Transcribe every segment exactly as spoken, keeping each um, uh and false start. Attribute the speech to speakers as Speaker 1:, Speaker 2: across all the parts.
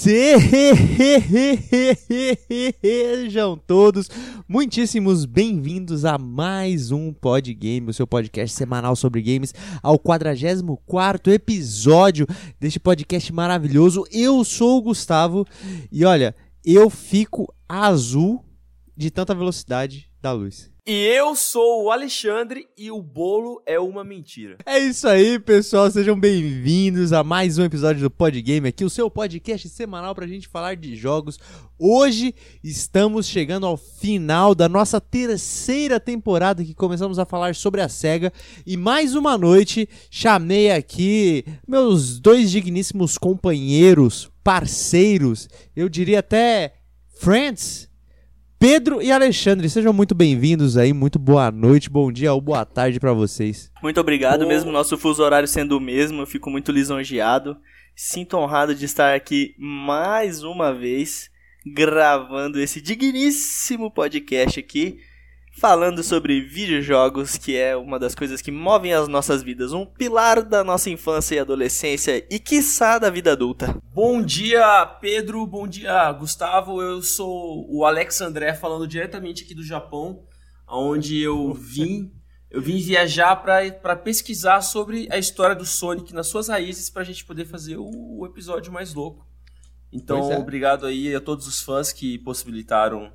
Speaker 1: Sejam todos muitíssimos bem-vindos a mais um Pod Game, o seu podcast semanal sobre games, ao quadragésimo quarto episódio deste podcast maravilhoso. Eu sou o Gustavo e olha, eu fico azul de tanta velocidade da luz.
Speaker 2: E eu sou o Alexandre e o bolo é uma mentira.
Speaker 1: É isso aí, pessoal, sejam bem-vindos a mais um episódio do Pod Game, aqui o seu podcast semanal pra gente falar de jogos. Hoje estamos chegando ao final da nossa terceira temporada, que começamos a falar sobre a SEGA, e mais uma noite chamei aqui meus dois digníssimos companheiros, parceiros, eu diria até friends, Pedro e Alexandre. Sejam muito bem-vindos aí, muito boa noite, bom dia ou boa tarde pra vocês.
Speaker 2: Muito obrigado,
Speaker 3: oh.
Speaker 2: mesmo nosso fuso horário sendo o mesmo, eu fico muito lisonjeado, sinto honrado de estar aqui mais uma vez, gravando esse digníssimo podcast aqui, falando sobre videojogos, que é uma das coisas que movem as nossas vidas, um pilar da nossa infância e adolescência e quiçá da vida adulta.
Speaker 3: Bom dia, Pedro, bom dia, Gustavo, eu sou o Alex André, falando diretamente aqui do Japão, onde eu vim, eu vim viajar para pesquisar sobre a história do Sonic nas suas raízes, para a gente poder fazer o, o episódio mais louco. Então, é. obrigado aí a todos os fãs que possibilitaram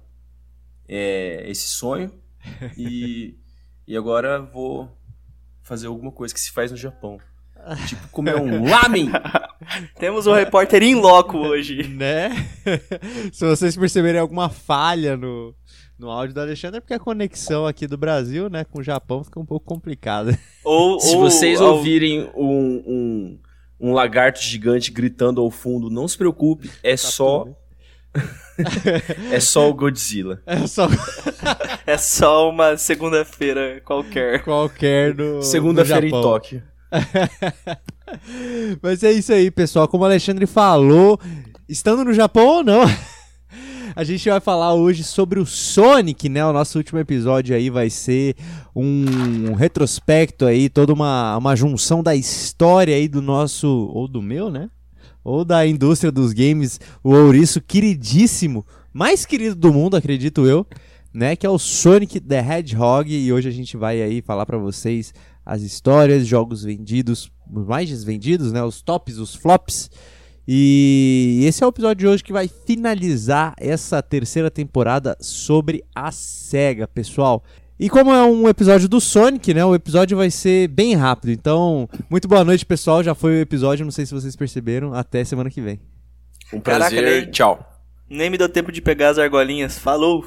Speaker 3: é, esse sonho. E, e agora vou fazer alguma coisa que se faz no Japão, tipo comer um lamen.
Speaker 2: Temos um repórter in loco hoje,
Speaker 1: né? Se vocês perceberem alguma falha no, no áudio do Alexandre, é porque a conexão aqui do Brasil, né, com o Japão fica um pouco complicada.
Speaker 3: Ou, se ou, vocês ou... ouvirem um, um, um lagarto gigante gritando ao fundo, não se preocupe, é tá só tudo. É só o Godzilla.
Speaker 1: É só
Speaker 2: É só uma segunda-feira qualquer.
Speaker 1: Qualquer do
Speaker 3: Segunda-feira em Tóquio.
Speaker 1: Mas é isso aí, pessoal. Como o Alexandre falou, estando no Japão ou não, a gente vai falar hoje sobre o Sonic, né? O nosso último episódio aí vai ser um retrospecto aí, toda uma, uma junção da história aí do nosso, ou do meu, né? Ou da indústria dos games, o ouriço queridíssimo, mais querido do mundo, acredito eu, né, que é o Sonic the Hedgehog, e hoje a gente vai aí falar pra vocês as histórias, jogos vendidos, os mais vendidos, né, os tops, os flops, e esse é o episódio de hoje que vai finalizar essa terceira temporada sobre a SEGA, pessoal. E como é um episódio do Sonic, né, o episódio vai ser bem rápido. Então, muito boa noite, pessoal. Já foi o episódio, não sei se vocês perceberam. Até semana que vem.
Speaker 3: Um prazer, Caraca, nem, tchau.
Speaker 2: Nem me deu tempo de pegar as argolinhas. Falou!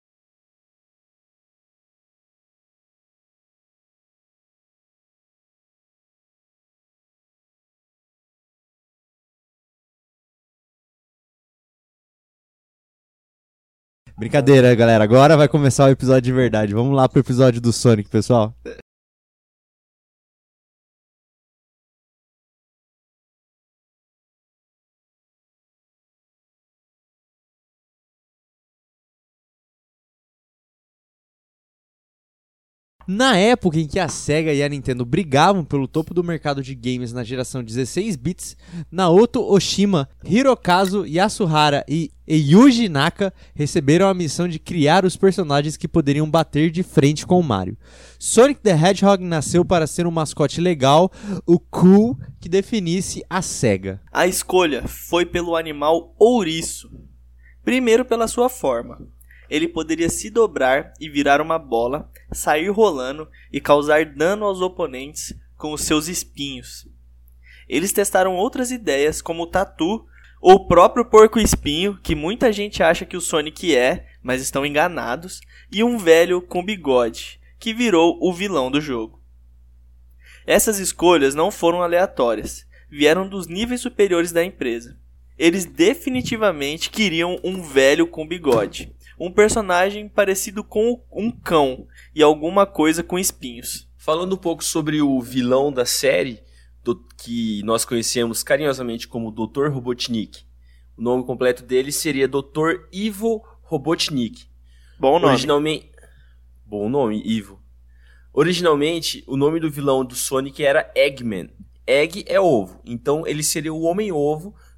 Speaker 1: Brincadeira, galera. Agora vai começar o episódio de verdade. Vamos lá pro episódio do Sonic, pessoal. Na época em que a SEGA e a Nintendo brigavam pelo topo do mercado de games na geração dezesseis bits, Naoto Oshima, Hirokazu Yasuhara e Yuji Naka receberam a missão de criar os personagens que poderiam bater de frente com o Mario. Sonic the Hedgehog nasceu para ser um mascote legal, o cool que definisse a SEGA.
Speaker 2: A escolha foi pelo animal ouriço. Primeiro pela sua forma. Ele poderia se dobrar e virar uma bola, sair rolando e causar dano aos oponentes com os seus espinhos. Eles testaram outras ideias como o tatu ou o próprio porco-espinho, que muita gente acha que o Sonic é, mas estão enganados, e um velho com bigode, que virou o vilão do jogo. Essas escolhas não foram aleatórias, vieram dos níveis superiores da empresa. Eles definitivamente queriam um velho com bigode. Um personagem parecido com um cão e alguma coisa com espinhos.
Speaker 3: Falando um pouco sobre o vilão da série, do, que nós conhecemos carinhosamente como doutor Robotnik. O nome completo dele seria doutor Ivo Robotnik.
Speaker 2: Bom nome.
Speaker 3: Originalmente... Bom nome, Ivo. Originalmente, o nome do vilão do Sonic era Eggman. Egg é ovo, então ele seria o Homem-Ovo,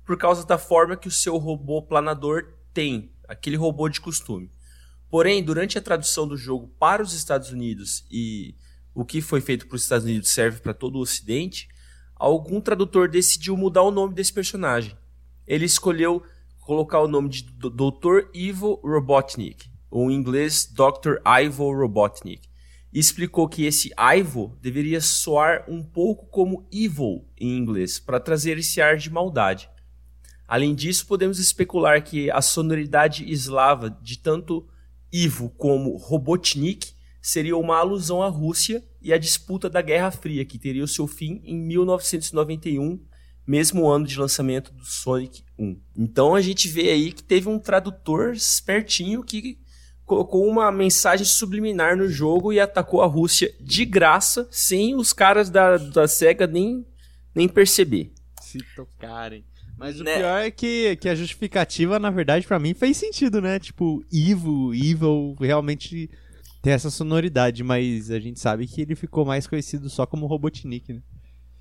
Speaker 3: por causa da forma que o seu robô planador tem, aquele robô de costume. Porém, durante a tradução do jogo para os Estados Unidos, e o que foi feito para os Estados Unidos serve para todo o Ocidente, algum tradutor decidiu mudar o nome desse personagem. Ele escolheu colocar o nome de doutor Ivo Robotnik, ou em inglês doutor Ivo Robotnik, e explicou que esse Ivo deveria soar um pouco como evil em inglês, para trazer esse ar de maldade. Além disso, podemos especular que a sonoridade eslava de tanto Ivo como Robotnik seria uma alusão à Rússia e à disputa da Guerra Fria, que teria o seu fim em mil novecentos e noventa e um, mesmo ano de lançamento do Sonic um. Então a gente vê aí que teve um tradutor espertinho que colocou uma mensagem subliminar no jogo e atacou a Rússia de graça, sem os caras da, da SEGA nem, nem perceber.
Speaker 1: Se tocarem. Mas o
Speaker 2: Né?
Speaker 1: pior é que, que a justificativa, na verdade, pra mim fez sentido, né? Tipo, Evil, Evil realmente tem essa sonoridade, mas a gente sabe que ele ficou mais conhecido só como Robotnik, né?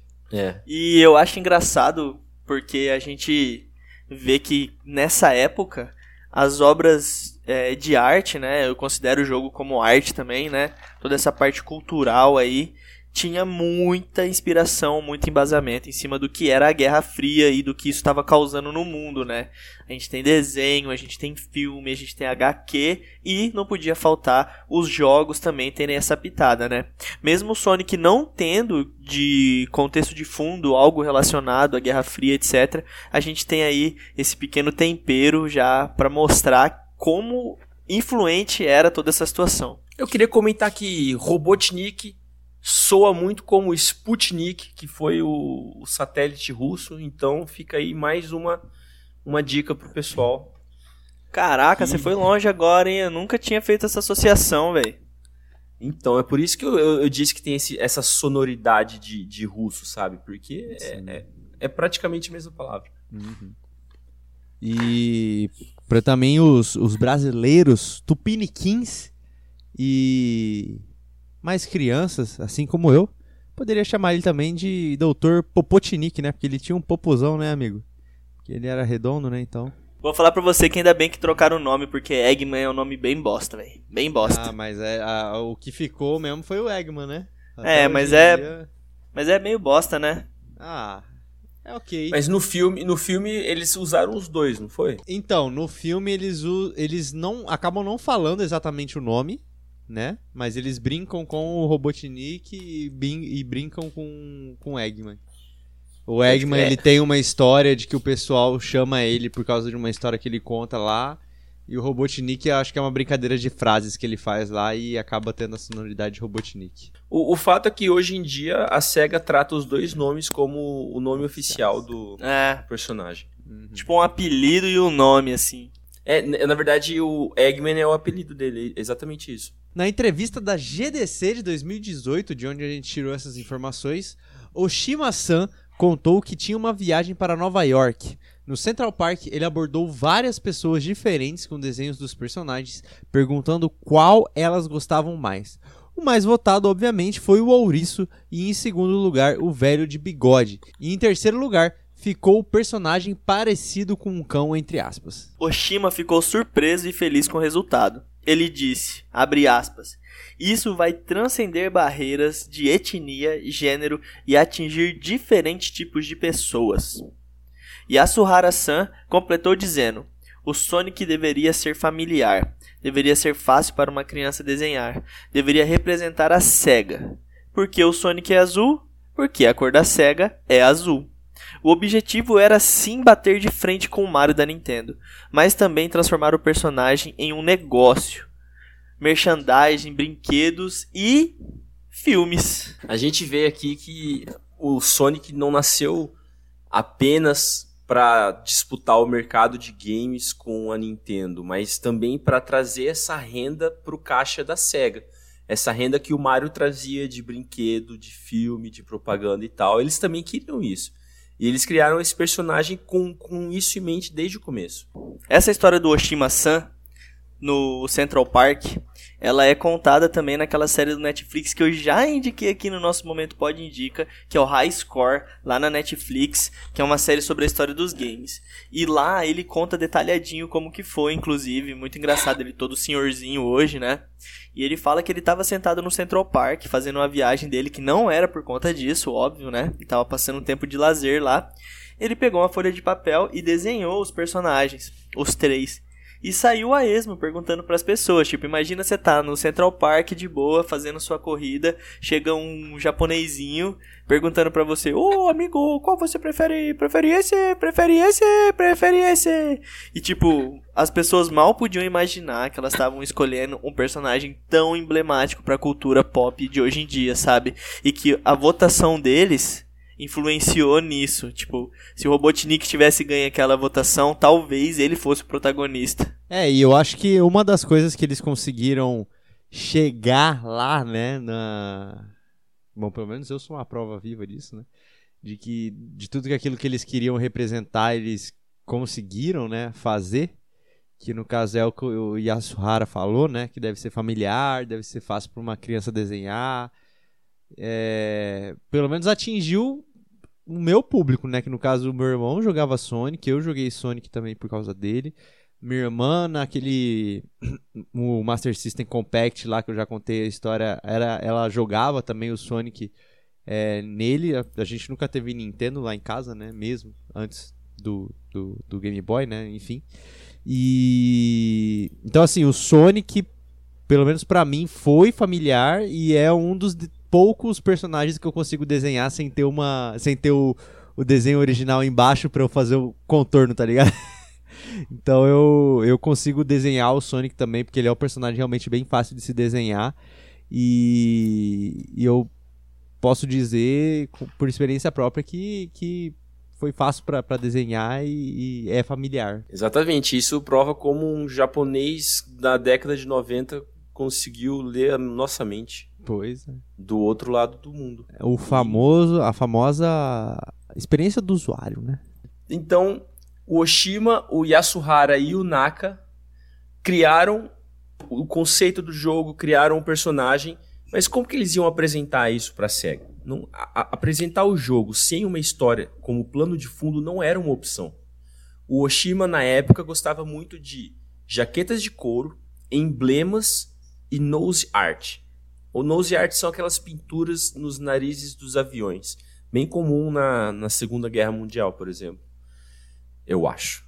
Speaker 3: É.
Speaker 2: E eu acho engraçado porque a gente vê que nessa época as obras é, de arte, né, eu considero o jogo como arte também, né, toda essa parte cultural aí, tinha muita inspiração, muito embasamento em cima do que era a Guerra Fria e do que isso estava causando no mundo, né. A gente tem desenho, a gente tem filme, a gente tem agá quê e não podia faltar os jogos também terem essa pitada, né. Mesmo o Sonic não tendo de contexto de fundo algo relacionado à Guerra Fria, etcétera, a gente tem aí esse pequeno tempero já para mostrar como influente era toda essa situação.
Speaker 3: Eu queria comentar que Robotnik soa muito como Sputnik, que foi o, o satélite russo, então fica aí mais uma, uma dica pro pessoal.
Speaker 2: Caraca,
Speaker 3: Que-
Speaker 2: você foi longe agora, hein? Eu nunca tinha feito essa associação, velho.
Speaker 3: Então, é por isso que eu, eu, eu disse que tem esse, essa sonoridade de, de russo, sabe? Porque é, é, é praticamente a mesma palavra.
Speaker 1: E para também os, os brasileiros tupiniquins e mais crianças, assim como eu, poderia chamar ele também de doutor Popotnik, né? Porque ele tinha um popozão, né, amigo? Porque ele era redondo, né, então...
Speaker 2: Vou falar pra você que ainda bem que trocaram o nome, porque Eggman é um nome bem bosta, velho. Bem bosta.
Speaker 1: Ah, mas é, a- o que ficou mesmo foi o Eggman, né?
Speaker 2: É,
Speaker 1: hoje
Speaker 2: mas
Speaker 1: em
Speaker 2: é-
Speaker 1: dia-
Speaker 2: Mas é meio bosta, né?
Speaker 1: Ah, é ok.
Speaker 3: Mas no filme, no filme eles usaram os dois, não foi?
Speaker 1: Então, no filme eles, u- eles não acabam não falando exatamente o nome, né? Mas eles brincam com o Robotnik e, bin- e brincam com, com o Eggman. O Eggman,
Speaker 2: É.
Speaker 1: ele tem uma história de que o pessoal chama ele por causa de uma história que ele conta lá. E o Robotnik, eu acho que é uma brincadeira de frases que ele faz lá e acaba tendo a sonoridade de Robotnik.
Speaker 3: O, o fato é que hoje em dia a SEGA trata os dois nomes como o nome oficial do
Speaker 2: É,
Speaker 3: personagem.
Speaker 2: tipo um apelido e um nome, assim.
Speaker 3: É, n- na verdade, o Eggman é o apelido dele, é exatamente isso.
Speaker 1: Na entrevista da G D C de dois mil e dezoito, de onde a gente tirou essas informações, Oshima-san contou que tinha uma viagem para Nova York. No Central Park, ele abordou várias pessoas diferentes com desenhos dos personagens, perguntando qual elas gostavam mais. O mais votado, obviamente, foi o Ouriço e, em segundo lugar, o velho de bigode. E, em terceiro lugar, ficou o personagem parecido com um cão, entre aspas.
Speaker 2: Oshima ficou surpreso e feliz com o resultado. Ele disse, abre aspas, isso vai transcender barreiras de etnia, gênero e atingir diferentes tipos de pessoas. Yasuhara-san completou dizendo, o Sonic deveria ser familiar, deveria ser fácil para uma criança desenhar, deveria representar a SEGA. Por que o Sonic é azul? Porque a cor da SEGA é azul. O objetivo era sim bater de frente com o Mario da Nintendo, mas também transformar o personagem em um negócio. Merchandising, brinquedos e filmes.
Speaker 3: A gente vê aqui que o Sonic não nasceu apenas para disputar o mercado de games com a Nintendo, mas também para trazer essa renda para o caixa da SEGA. Essa renda que o Mario trazia de brinquedo, de filme, de propaganda e tal. Eles também queriam isso. E eles criaram esse personagem com, com isso em mente desde o começo.
Speaker 2: Essa história do Oshima-san no Central Park, ela é contada também naquela série do Netflix que eu já indiquei aqui no nosso Momento Pod Indica, que é o High Score, lá na Netflix, que é uma série sobre a história dos games. E lá ele conta detalhadinho como que foi, inclusive, muito engraçado, ele todo senhorzinho hoje, né? E ele fala que ele estava sentado no Central Park, fazendo uma viagem dele, que não era por conta disso, óbvio, né? Ele tava passando um tempo de lazer lá. Ele pegou uma folha de papel e desenhou os personagens, os três. E saiu a esmo perguntando pras pessoas, tipo, imagina você tá no Central Park de boa, fazendo sua corrida, chega um japonesinho perguntando pra você, ô oh, amigo, qual você prefere? Prefere esse? Prefere esse? Prefere esse? E tipo, as pessoas mal podiam imaginar que elas estavam escolhendo um personagem tão emblemático pra cultura pop de hoje em dia, sabe? E que a votação deles influenciou nisso. Tipo, se o Robotnik tivesse ganho aquela votação, talvez ele fosse o protagonista.
Speaker 1: É, e eu acho que uma das coisas que eles conseguiram chegar lá, né, na... Bom, pelo menos eu sou uma prova viva disso, né? De que de tudo que aquilo que eles queriam representar, eles conseguiram, né, fazer. Que no caso é o que o Yasuhara falou, né? Que deve ser familiar, deve ser fácil para uma criança desenhar. É... Pelo menos atingiu o meu público, né? Que no caso o meu irmão jogava Sonic, eu joguei Sonic também por causa dele. Minha irmã, naquele o Master System Compact lá que eu já contei a história, era, ela jogava também o Sonic é, nele. A, a gente nunca teve Nintendo lá em casa, né? Mesmo antes do, do, do Game Boy, né? Enfim. E então assim, o Sonic, pelo menos pra mim, foi familiar e é um dos poucos personagens que eu consigo desenhar sem ter uma sem ter o, o desenho original embaixo pra eu fazer o contorno, tá ligado? Então eu, eu consigo desenhar o Sonic também, porque ele é um personagem realmente bem fácil de se desenhar. E, e eu posso dizer, por experiência própria, que, que foi fácil para desenhar e, e é familiar.
Speaker 3: Exatamente, isso prova como um japonês da década de noventa conseguiu ler a nossa mente.
Speaker 1: Pois é.
Speaker 3: Do outro lado do mundo.
Speaker 1: O famoso, a famosa experiência do usuário, né?
Speaker 3: Então, o Oshima, o Yasuhara e o Naka criaram o conceito do jogo, criaram um personagem, mas como que eles iam apresentar isso para a SEGA? Não, a, a, apresentar o jogo sem uma história como plano de fundo não era uma opção. O Oshima, na época, gostava muito de jaquetas de couro, emblemas e nose art. O nose art são aquelas pinturas nos narizes dos aviões, bem comum na, na Segunda Guerra Mundial, por exemplo. Eu acho.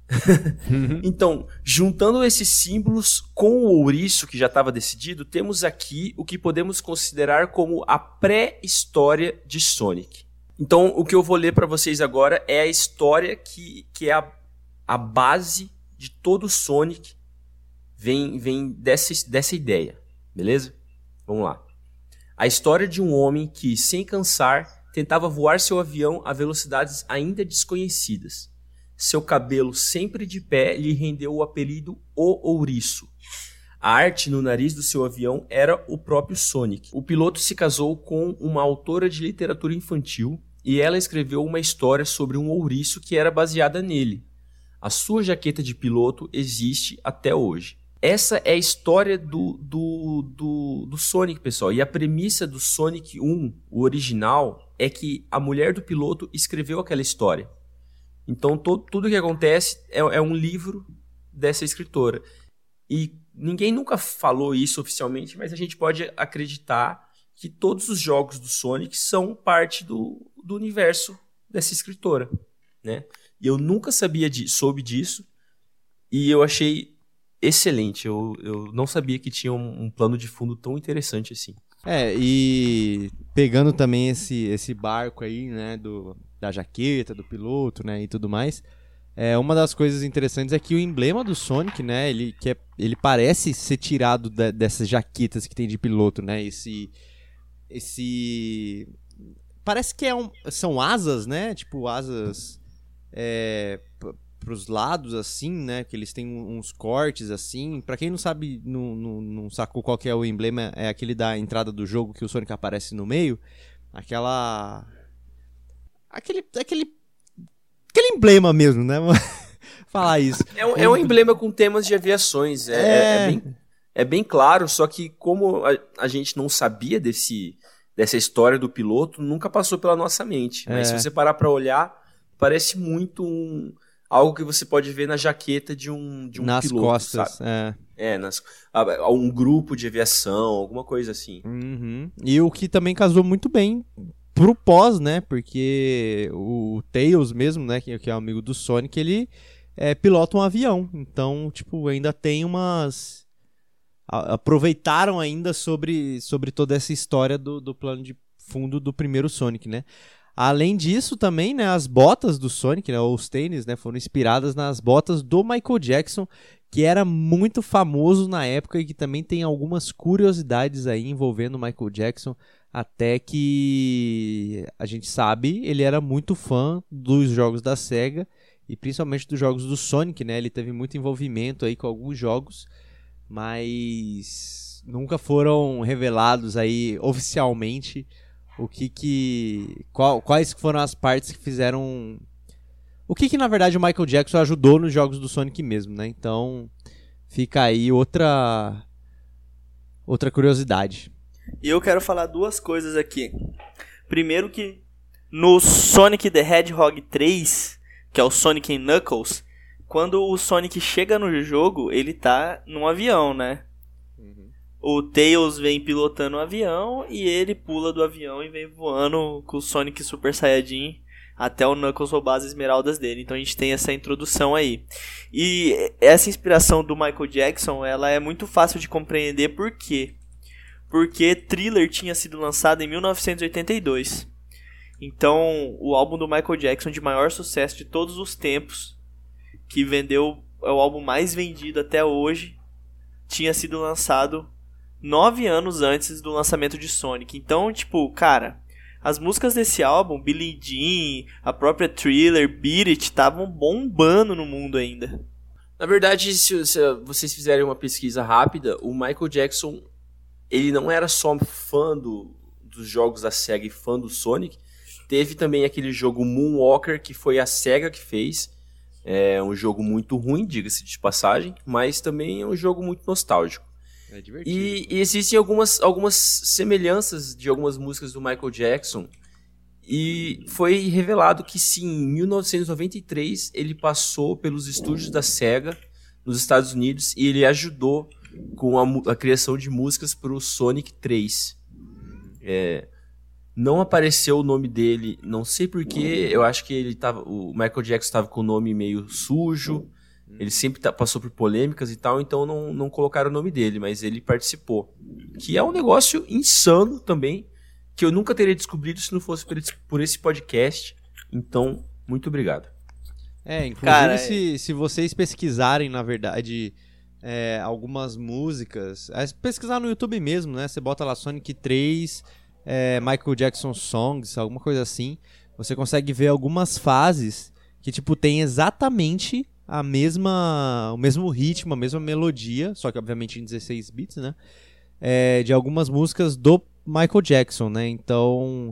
Speaker 3: Então, juntando esses símbolos com o ouriço que já estava decidido, temos aqui o que podemos considerar como a pré-história de Sonic. Então, o que eu vou ler para vocês agora é a história que, que é a, a base de todo Sonic, vem, vem dessa, dessa ideia, beleza? Vamos lá. A história de um homem que, sem cansar, tentava voar seu avião a velocidades ainda desconhecidas. Seu cabelo sempre de pé lhe rendeu o apelido O Ouriço. A arte no nariz do seu avião era o próprio Sonic. O piloto se casou com uma autora de literatura infantil e ela escreveu uma história sobre um ouriço que era baseada nele. A sua jaqueta de piloto existe até hoje. Essa é a história do, do, do, do Sonic, pessoal. E a premissa do Sonic um, o original, é que a mulher do piloto escreveu aquela história. Então, todo, tudo que acontece é, é um livro dessa escritora. E ninguém nunca falou isso oficialmente, mas a gente pode acreditar que todos os jogos do Sonic são parte do, do universo dessa escritora, né? E eu nunca sabia de, soube disso e eu achei excelente. Eu, eu não sabia que tinha um, um plano de fundo tão interessante assim.
Speaker 1: É, e pegando também esse, esse barco aí, né, do, da jaqueta, do piloto, né, e tudo mais, é, uma das coisas interessantes é que o emblema do Sonic, né, ele, que é, ele parece ser tirado da, dessas jaquetas que tem de piloto, né, esse... esse parece que é um, são asas, né, tipo asas é, pros lados, assim, né, que eles têm uns cortes, assim. Pra quem não sabe, não, não, não sacou qual que é o emblema, é aquele da entrada do jogo que o Sonic aparece no meio. Aquela... Aquele... Aquele, aquele emblema mesmo, né? falar isso.
Speaker 3: É um, é um emblema com temas de aviações. É, é... é, é, bem, é bem claro, só que como a, a gente não sabia desse, dessa história do piloto, nunca passou pela nossa mente. Mas
Speaker 1: É.
Speaker 3: se você parar pra olhar, parece muito um, algo que você pode ver na jaqueta de um, de um
Speaker 1: Nas
Speaker 3: piloto,
Speaker 1: costas.
Speaker 3: sabe?
Speaker 1: É.
Speaker 3: É, nas, a- um grupo de aviação, alguma coisa assim.
Speaker 1: Uhum. E o que também casou muito bem pro pós, né? Porque o Tails mesmo, né? Que, que é amigo do Sonic, ele é, pilota um avião. Então, tipo, ainda tem umas... a- Aproveitaram ainda sobre, sobre toda essa história do, do plano de fundo do primeiro Sonic, né? Além disso também, né? As botas do Sonic, né? Os tênis, né? Foram inspiradas nas botas do Michael Jackson, que era muito famoso na época e que também tem algumas curiosidades aí envolvendo o Michael Jackson, até que a gente sabe, ele era muito fã dos jogos da Sega e principalmente dos jogos do Sonic, né? Ele teve muito envolvimento aí com alguns jogos, mas nunca foram revelados aí oficialmente o que que qual, quais foram as partes que fizeram. O que que, na verdade, o Michael Jackson ajudou nos jogos do Sonic mesmo, né? Então, fica aí outra outra curiosidade.
Speaker 2: E eu quero falar duas coisas aqui. Primeiro que no Sonic the Hedgehog três, que é o Sonic and Knuckles, quando o Sonic chega no jogo, ele tá num avião, né?
Speaker 1: Uhum.
Speaker 2: O Tails vem pilotando o avião e ele pula do avião e vem voando com o Sonic Super Saiyajin até o Knuckles roubar as esmeraldas dele. Então a gente tem essa introdução aí. E essa inspiração do Michael Jackson, ela é muito fácil de compreender. Por quê? Porque Thriller tinha sido lançado em mil novecentos e oitenta e dois. Então o álbum do Michael Jackson de maior sucesso de todos os tempos, que vendeu, é o álbum mais vendido até hoje, tinha sido lançado nove anos antes do lançamento de Sonic. Então, tipo, cara, as músicas desse álbum, Billie Jean, a própria Thriller, Beat It, estavam bombando no mundo ainda.
Speaker 3: Na verdade, se, se vocês fizerem uma pesquisa rápida, o Michael Jackson, ele não era só fã do, dos jogos da Sega e fã do Sonic. Teve também aquele jogo Moonwalker, que foi a Sega que fez. É um jogo muito ruim, diga-se de passagem, mas também é um jogo muito nostálgico.
Speaker 1: É divertido.
Speaker 3: E, e existem algumas, algumas semelhanças de algumas músicas do Michael Jackson. E foi revelado que sim, em mil novecentos e noventa e três ele passou pelos estúdios da Sega nos Estados Unidos e ele ajudou com a, a criação de músicas para o Sonic três. É, não apareceu o nome dele, não sei porquê, eu acho que ele tava, o Michael Jackson estava com o nome meio sujo. Ele sempre tá, passou por polêmicas e tal, então não, não colocaram o nome dele, mas ele participou. Que é um negócio insano também, que eu nunca teria descobrido se não fosse por esse, por esse podcast. Então, muito obrigado.
Speaker 1: É, inclusive
Speaker 2: Cara,
Speaker 1: se, se vocês pesquisarem, na verdade, é, algumas músicas, é, pesquisar no YouTube mesmo, né? Você bota lá Sonic três, é, Michael Jackson Songs, alguma coisa assim, você consegue ver algumas fases que, tipo, tem exatamente a mesma, o mesmo ritmo, a mesma melodia, só que obviamente em dezesseis bits, né? É, de algumas músicas do Michael Jackson, né? Então,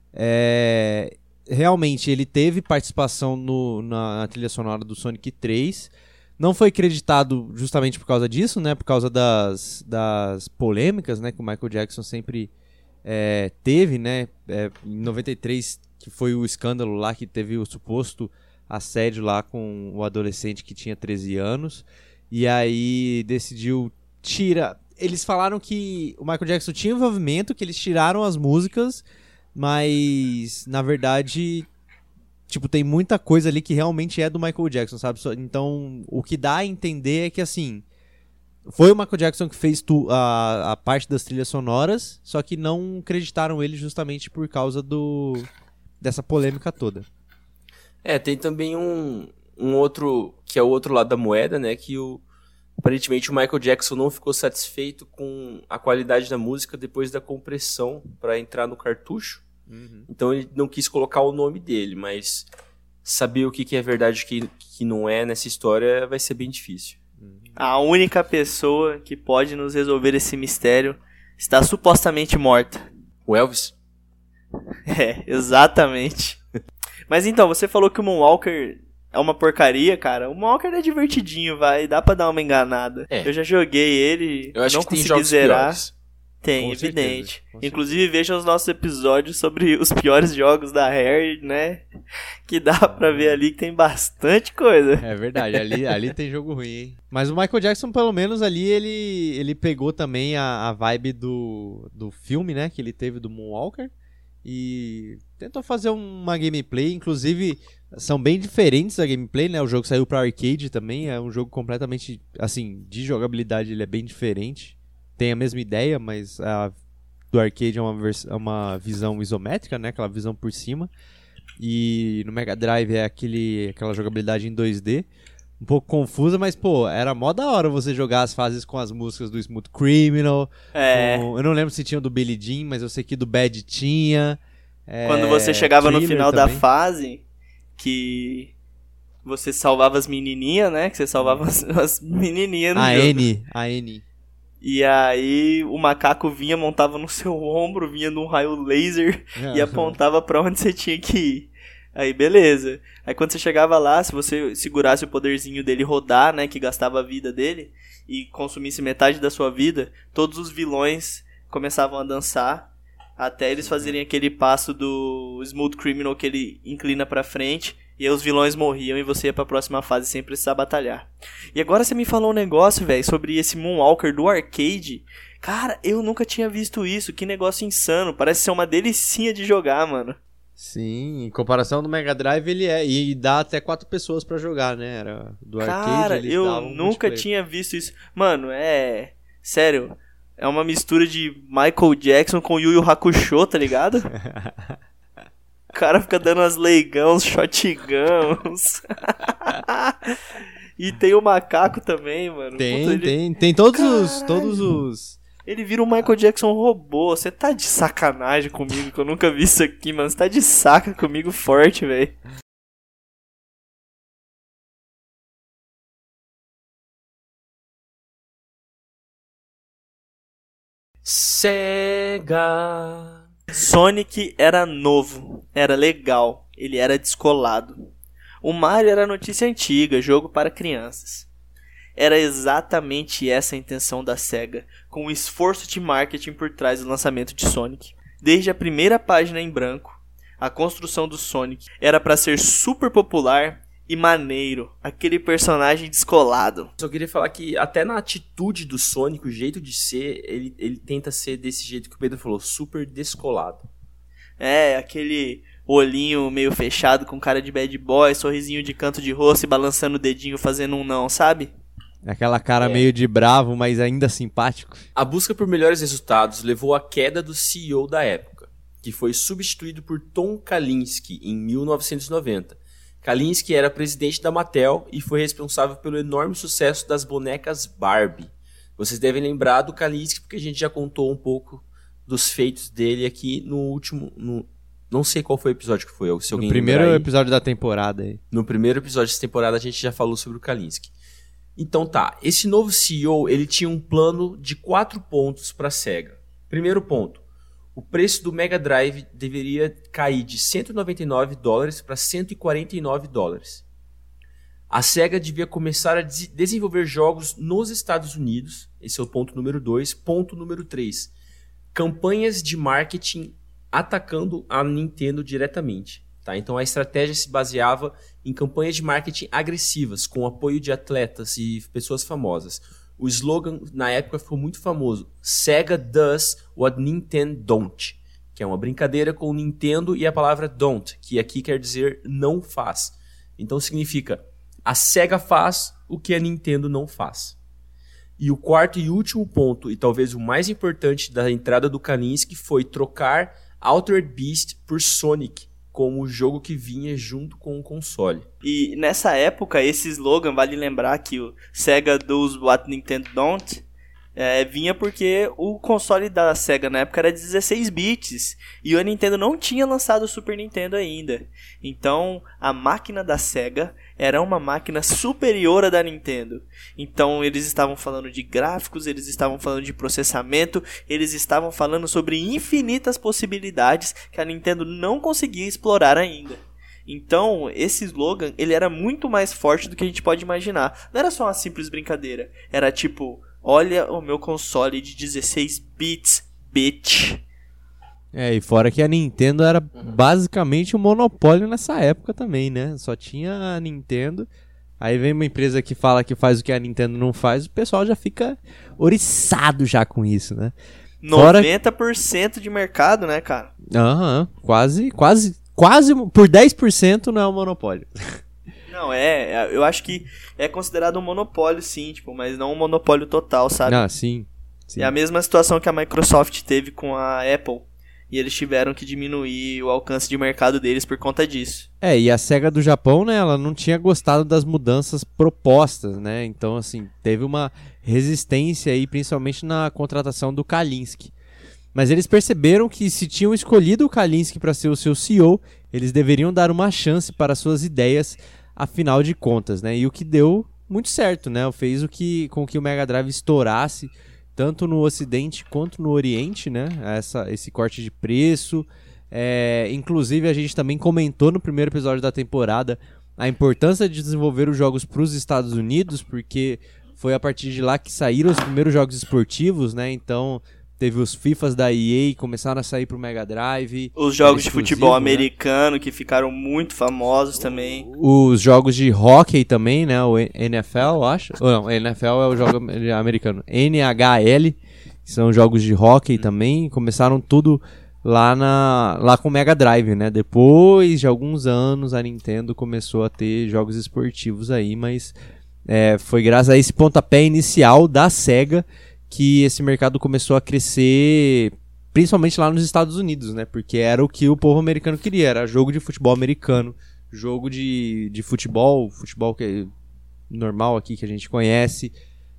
Speaker 1: é, realmente ele teve participação no, na trilha sonora do Sonic três. Não foi creditado justamente por causa disso, né? Por causa das, das polêmicas, né? Que o Michael Jackson sempre é, teve, né? É, em noventa e três, que foi o escândalo lá que teve o suposto assédio lá com o adolescente que tinha treze anos, e aí decidiu tirar. Eles falaram que o Michael Jackson tinha envolvimento, que eles tiraram as músicas, mas na verdade, tipo, tem muita coisa ali que realmente é do Michael Jackson, sabe? Então, o que dá a entender é que, assim, foi o Michael Jackson que fez tu, a, a parte das trilhas sonoras, só que não acreditaram ele justamente por causa do dessa polêmica toda.
Speaker 3: É, tem também um, um outro, que é o outro lado da moeda, né, que o, aparentemente o Michael Jackson não ficou satisfeito com a qualidade da música depois da compressão para entrar no cartucho, uhum. Então ele não quis colocar o nome dele, mas saber o que, que é verdade e o que, que não é nessa história vai ser bem difícil.
Speaker 2: Uhum. A única pessoa que pode nos resolver esse mistério está supostamente morta.
Speaker 3: O Elvis?
Speaker 2: É, exatamente. Mas então, você falou que o Moonwalker é uma porcaria, cara, o Moonwalker é divertidinho, vai, dá pra dar uma enganada.
Speaker 3: É.
Speaker 2: Eu já joguei ele,
Speaker 3: Eu acho
Speaker 2: não
Speaker 3: que tem
Speaker 2: consegui
Speaker 3: jogos
Speaker 2: zerar.
Speaker 3: piores.
Speaker 2: Tem,
Speaker 1: Com
Speaker 2: evidente.
Speaker 1: certeza, com
Speaker 2: Inclusive, vejam os nossos episódios sobre os piores jogos da Rare, né? Que dá pra ver ali que tem bastante coisa.
Speaker 1: É verdade, ali, ali tem jogo ruim, hein? Mas o Michael Jackson, pelo menos ali, ele, ele pegou também a, a vibe do, do filme, né? Que ele teve do Moonwalker. E tentou fazer uma gameplay, inclusive são bem diferentes a gameplay, né? O jogo saiu pra arcade também, é um jogo completamente, assim, de jogabilidade ele é bem diferente. Tem a mesma ideia, mas a do arcade é uma, vers- é uma visão isométrica, né? Aquela visão por cima. E no Mega Drive é aquele, aquela jogabilidade em dois D. Um pouco confusa, mas, pô, era mó da hora você jogar as fases com as músicas do Smooth Criminal.
Speaker 2: É.
Speaker 1: Com, eu não lembro se tinha o do Billie Jean, mas eu sei que do Bad tinha. É,
Speaker 2: Quando você chegava no
Speaker 1: Thriller
Speaker 2: final da
Speaker 1: também.
Speaker 2: fase, que você salvava as menininhas, né? Que você salvava as, as menininhas no
Speaker 1: A
Speaker 2: jogo.
Speaker 1: N, a N.
Speaker 2: E aí o macaco vinha, montava no seu ombro, vinha num raio laser e apontava pra onde você tinha que ir. Aí beleza. Aí quando você chegava lá, se você segurasse o poderzinho dele rodar, né, que gastava a vida dele, e consumisse metade da sua vida, todos os vilões começavam a dançar, até eles fazerem aquele passo do Smooth Criminal que ele inclina pra frente, e aí os vilões morriam e você ia pra próxima fase sem precisar batalhar. E agora você me falou um negócio, velho, sobre esse Moonwalker do arcade. Cara, eu nunca tinha visto isso, que negócio insano, parece ser uma delicinha de jogar, mano.
Speaker 1: Sim, em comparação do Mega Drive ele é, e dá até quatro pessoas pra jogar, né? Era do arcade,
Speaker 2: Cara,
Speaker 1: eles
Speaker 2: eu
Speaker 1: davam
Speaker 2: nunca
Speaker 1: multiplayer.
Speaker 2: tinha visto isso. Mano, é... Sério, é uma mistura de Michael Jackson com Yu Yu Hakusho, tá ligado? O cara fica dando umas leigão, uns shotguns. E tem o macaco também, mano.
Speaker 1: Tem,
Speaker 2: Puta, ele...
Speaker 1: tem, tem todos os,
Speaker 2: Caralho.
Speaker 1: todos os...
Speaker 2: Ele vira um Michael Jackson robô. Você tá de sacanagem comigo, que eu nunca vi isso aqui, mano. Você tá de saca comigo forte, velho.
Speaker 3: Sega.
Speaker 2: Sonic era novo, era legal, ele era descolado. O Mario era notícia antiga, jogo para crianças. Era exatamente essa a intenção da SEGA, com o esforço de marketing por trás do lançamento de Sonic. Desde a primeira página em branco, a construção do Sonic era para ser super popular e maneiro, aquele personagem descolado.
Speaker 3: Só queria falar que até na atitude do Sonic, o jeito de ser, ele, ele tenta ser desse jeito que o Pedro falou, super descolado.
Speaker 2: É, aquele olhinho meio fechado com cara de bad boy, sorrisinho de canto de rosto e balançando o dedinho fazendo um não, sabe?
Speaker 1: Aquela cara
Speaker 3: É.
Speaker 1: meio de bravo, mas ainda simpático.
Speaker 3: A busca por melhores resultados levou à queda do C E O da época, que foi substituído por Tom Kalinske em mil novecentos e noventa. Kalinske era presidente da Mattel e foi responsável pelo enorme sucesso das bonecas Barbie. Vocês devem lembrar do Kalinske porque a gente já contou um pouco dos feitos dele aqui no último... No, não sei qual foi o episódio que foi. Se
Speaker 1: No
Speaker 3: alguém
Speaker 1: primeiro
Speaker 3: lembrar aí.
Speaker 1: episódio da temporada aí.
Speaker 3: No primeiro episódio dessa temporada a gente já falou sobre o Kalinske. Então tá, esse novo C E O ele tinha um plano de quatro pontos para a SEGA. Primeiro ponto, o preço do Mega Drive deveria cair de cento e noventa e nove dólares para cento e quarenta e nove dólares. A SEGA devia começar a des- desenvolver jogos nos Estados Unidos, esse é o ponto número dois. Ponto número três, campanhas de marketing atacando a Nintendo diretamente. Tá? Então a estratégia se baseava em campanhas de marketing agressivas, com apoio de atletas e pessoas famosas. O slogan na época foi muito famoso: Sega does what Nintendo don't, que é uma brincadeira com o Nintendo e a palavra don't, que aqui quer dizer não faz. Então significa, a Sega faz o que a Nintendo não faz. E o quarto e último ponto, e talvez o mais importante da entrada do Kalinske, foi trocar Altered Beast por Sonic, como o jogo que vinha junto com o console.
Speaker 2: E nessa época, esse slogan, vale lembrar que o Sega does what Nintendo don't, é, vinha porque o console da Sega na época era dezesseis bits e a Nintendo não tinha lançado o Super Nintendo ainda. Então a máquina da Sega era uma máquina superior à da Nintendo. Então eles estavam falando de gráficos, eles estavam falando de processamento, eles estavam falando sobre infinitas possibilidades que a Nintendo não conseguia explorar ainda. Então, esse slogan, ele era muito mais forte do que a gente pode imaginar. Não era só uma simples brincadeira. Era tipo, olha o meu console de dezesseis bits, bitch.
Speaker 1: É, e fora que a Nintendo era basicamente um monopólio nessa época também, né? Só tinha a Nintendo. Aí vem uma empresa que fala que faz o que a Nintendo não faz, o pessoal já fica oriçado já com isso, né? Fora...
Speaker 2: noventa por cento de mercado, né, cara?
Speaker 1: Aham, quase, quase, quase, por dez por cento não é um monopólio.
Speaker 2: Não, é, eu acho que é considerado um monopólio, sim, tipo, mas não um monopólio total, sabe?
Speaker 1: Ah, sim, sim.
Speaker 2: É a mesma situação que a Microsoft teve com a Apple. E eles tiveram que diminuir o alcance de mercado deles por conta disso.
Speaker 1: É, e a SEGA do Japão, né, ela não tinha gostado das mudanças propostas, né? Então, assim, teve uma resistência aí, principalmente na contratação do Kalinske. Mas eles perceberam que se tinham escolhido o Kalinske para ser o seu C E O, eles deveriam dar uma chance para suas ideias, afinal de contas, né? E o que deu muito certo, né? Fez o que, com que o Mega Drive estourasse, tanto no Ocidente quanto no Oriente, né? Essa, esse corte de preço. É, inclusive, a gente também comentou no primeiro episódio da temporada a importância de desenvolver os jogos para os Estados Unidos, porque foi a partir de lá que saíram os primeiros jogos esportivos, né? Então, teve os FIFAs da E A, começaram a sair pro Mega Drive.
Speaker 2: Os jogos de futebol americano, né? Que ficaram muito famosos também.
Speaker 1: Os jogos de hockey também, né? O N F L, eu acho. Ou não, N F L é o jogo americano. N H L, que são jogos de hockey hum. também. Começaram tudo lá, na, lá com o Mega Drive, né? Depois de alguns anos, a Nintendo começou a ter jogos esportivos aí, mas é, foi graças a esse pontapé inicial da SEGA que esse mercado começou a crescer, principalmente lá nos Estados Unidos, né? Porque era o que o povo americano queria, era jogo de futebol americano, jogo de, de futebol, futebol que é normal aqui, que a gente conhece,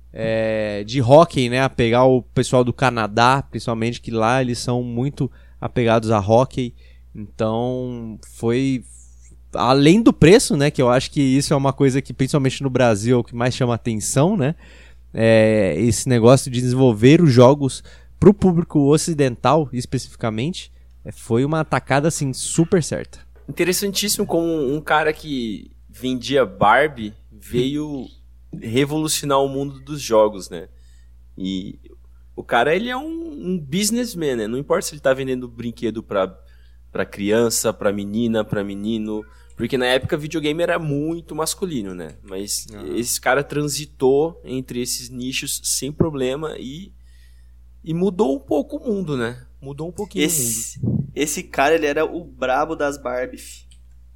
Speaker 1: é, de hóquei, né? A pegar o pessoal do Canadá, principalmente, que lá eles são muito apegados a hóquei. Então, foi... Além do preço, né? Que eu acho que isso é uma coisa que, principalmente no Brasil, é o que mais chama atenção, né? É, esse negócio de desenvolver os jogos para o público ocidental, especificamente, é, foi uma atacada, assim, super certa.
Speaker 3: Interessantíssimo como um cara que vendia Barbie veio revolucionar o mundo dos jogos, né? E o cara, ele é um, um businessman, né? Não importa se ele tá vendendo brinquedo para para criança, para menina, para menino, porque na época videogame era muito masculino, né? Mas uhum. esse cara transitou entre esses nichos sem problema e, e mudou um pouco o mundo, né? Mudou um pouquinho
Speaker 2: esse,
Speaker 3: o mundo.
Speaker 2: Esse cara, ele era o brabo das Barbies.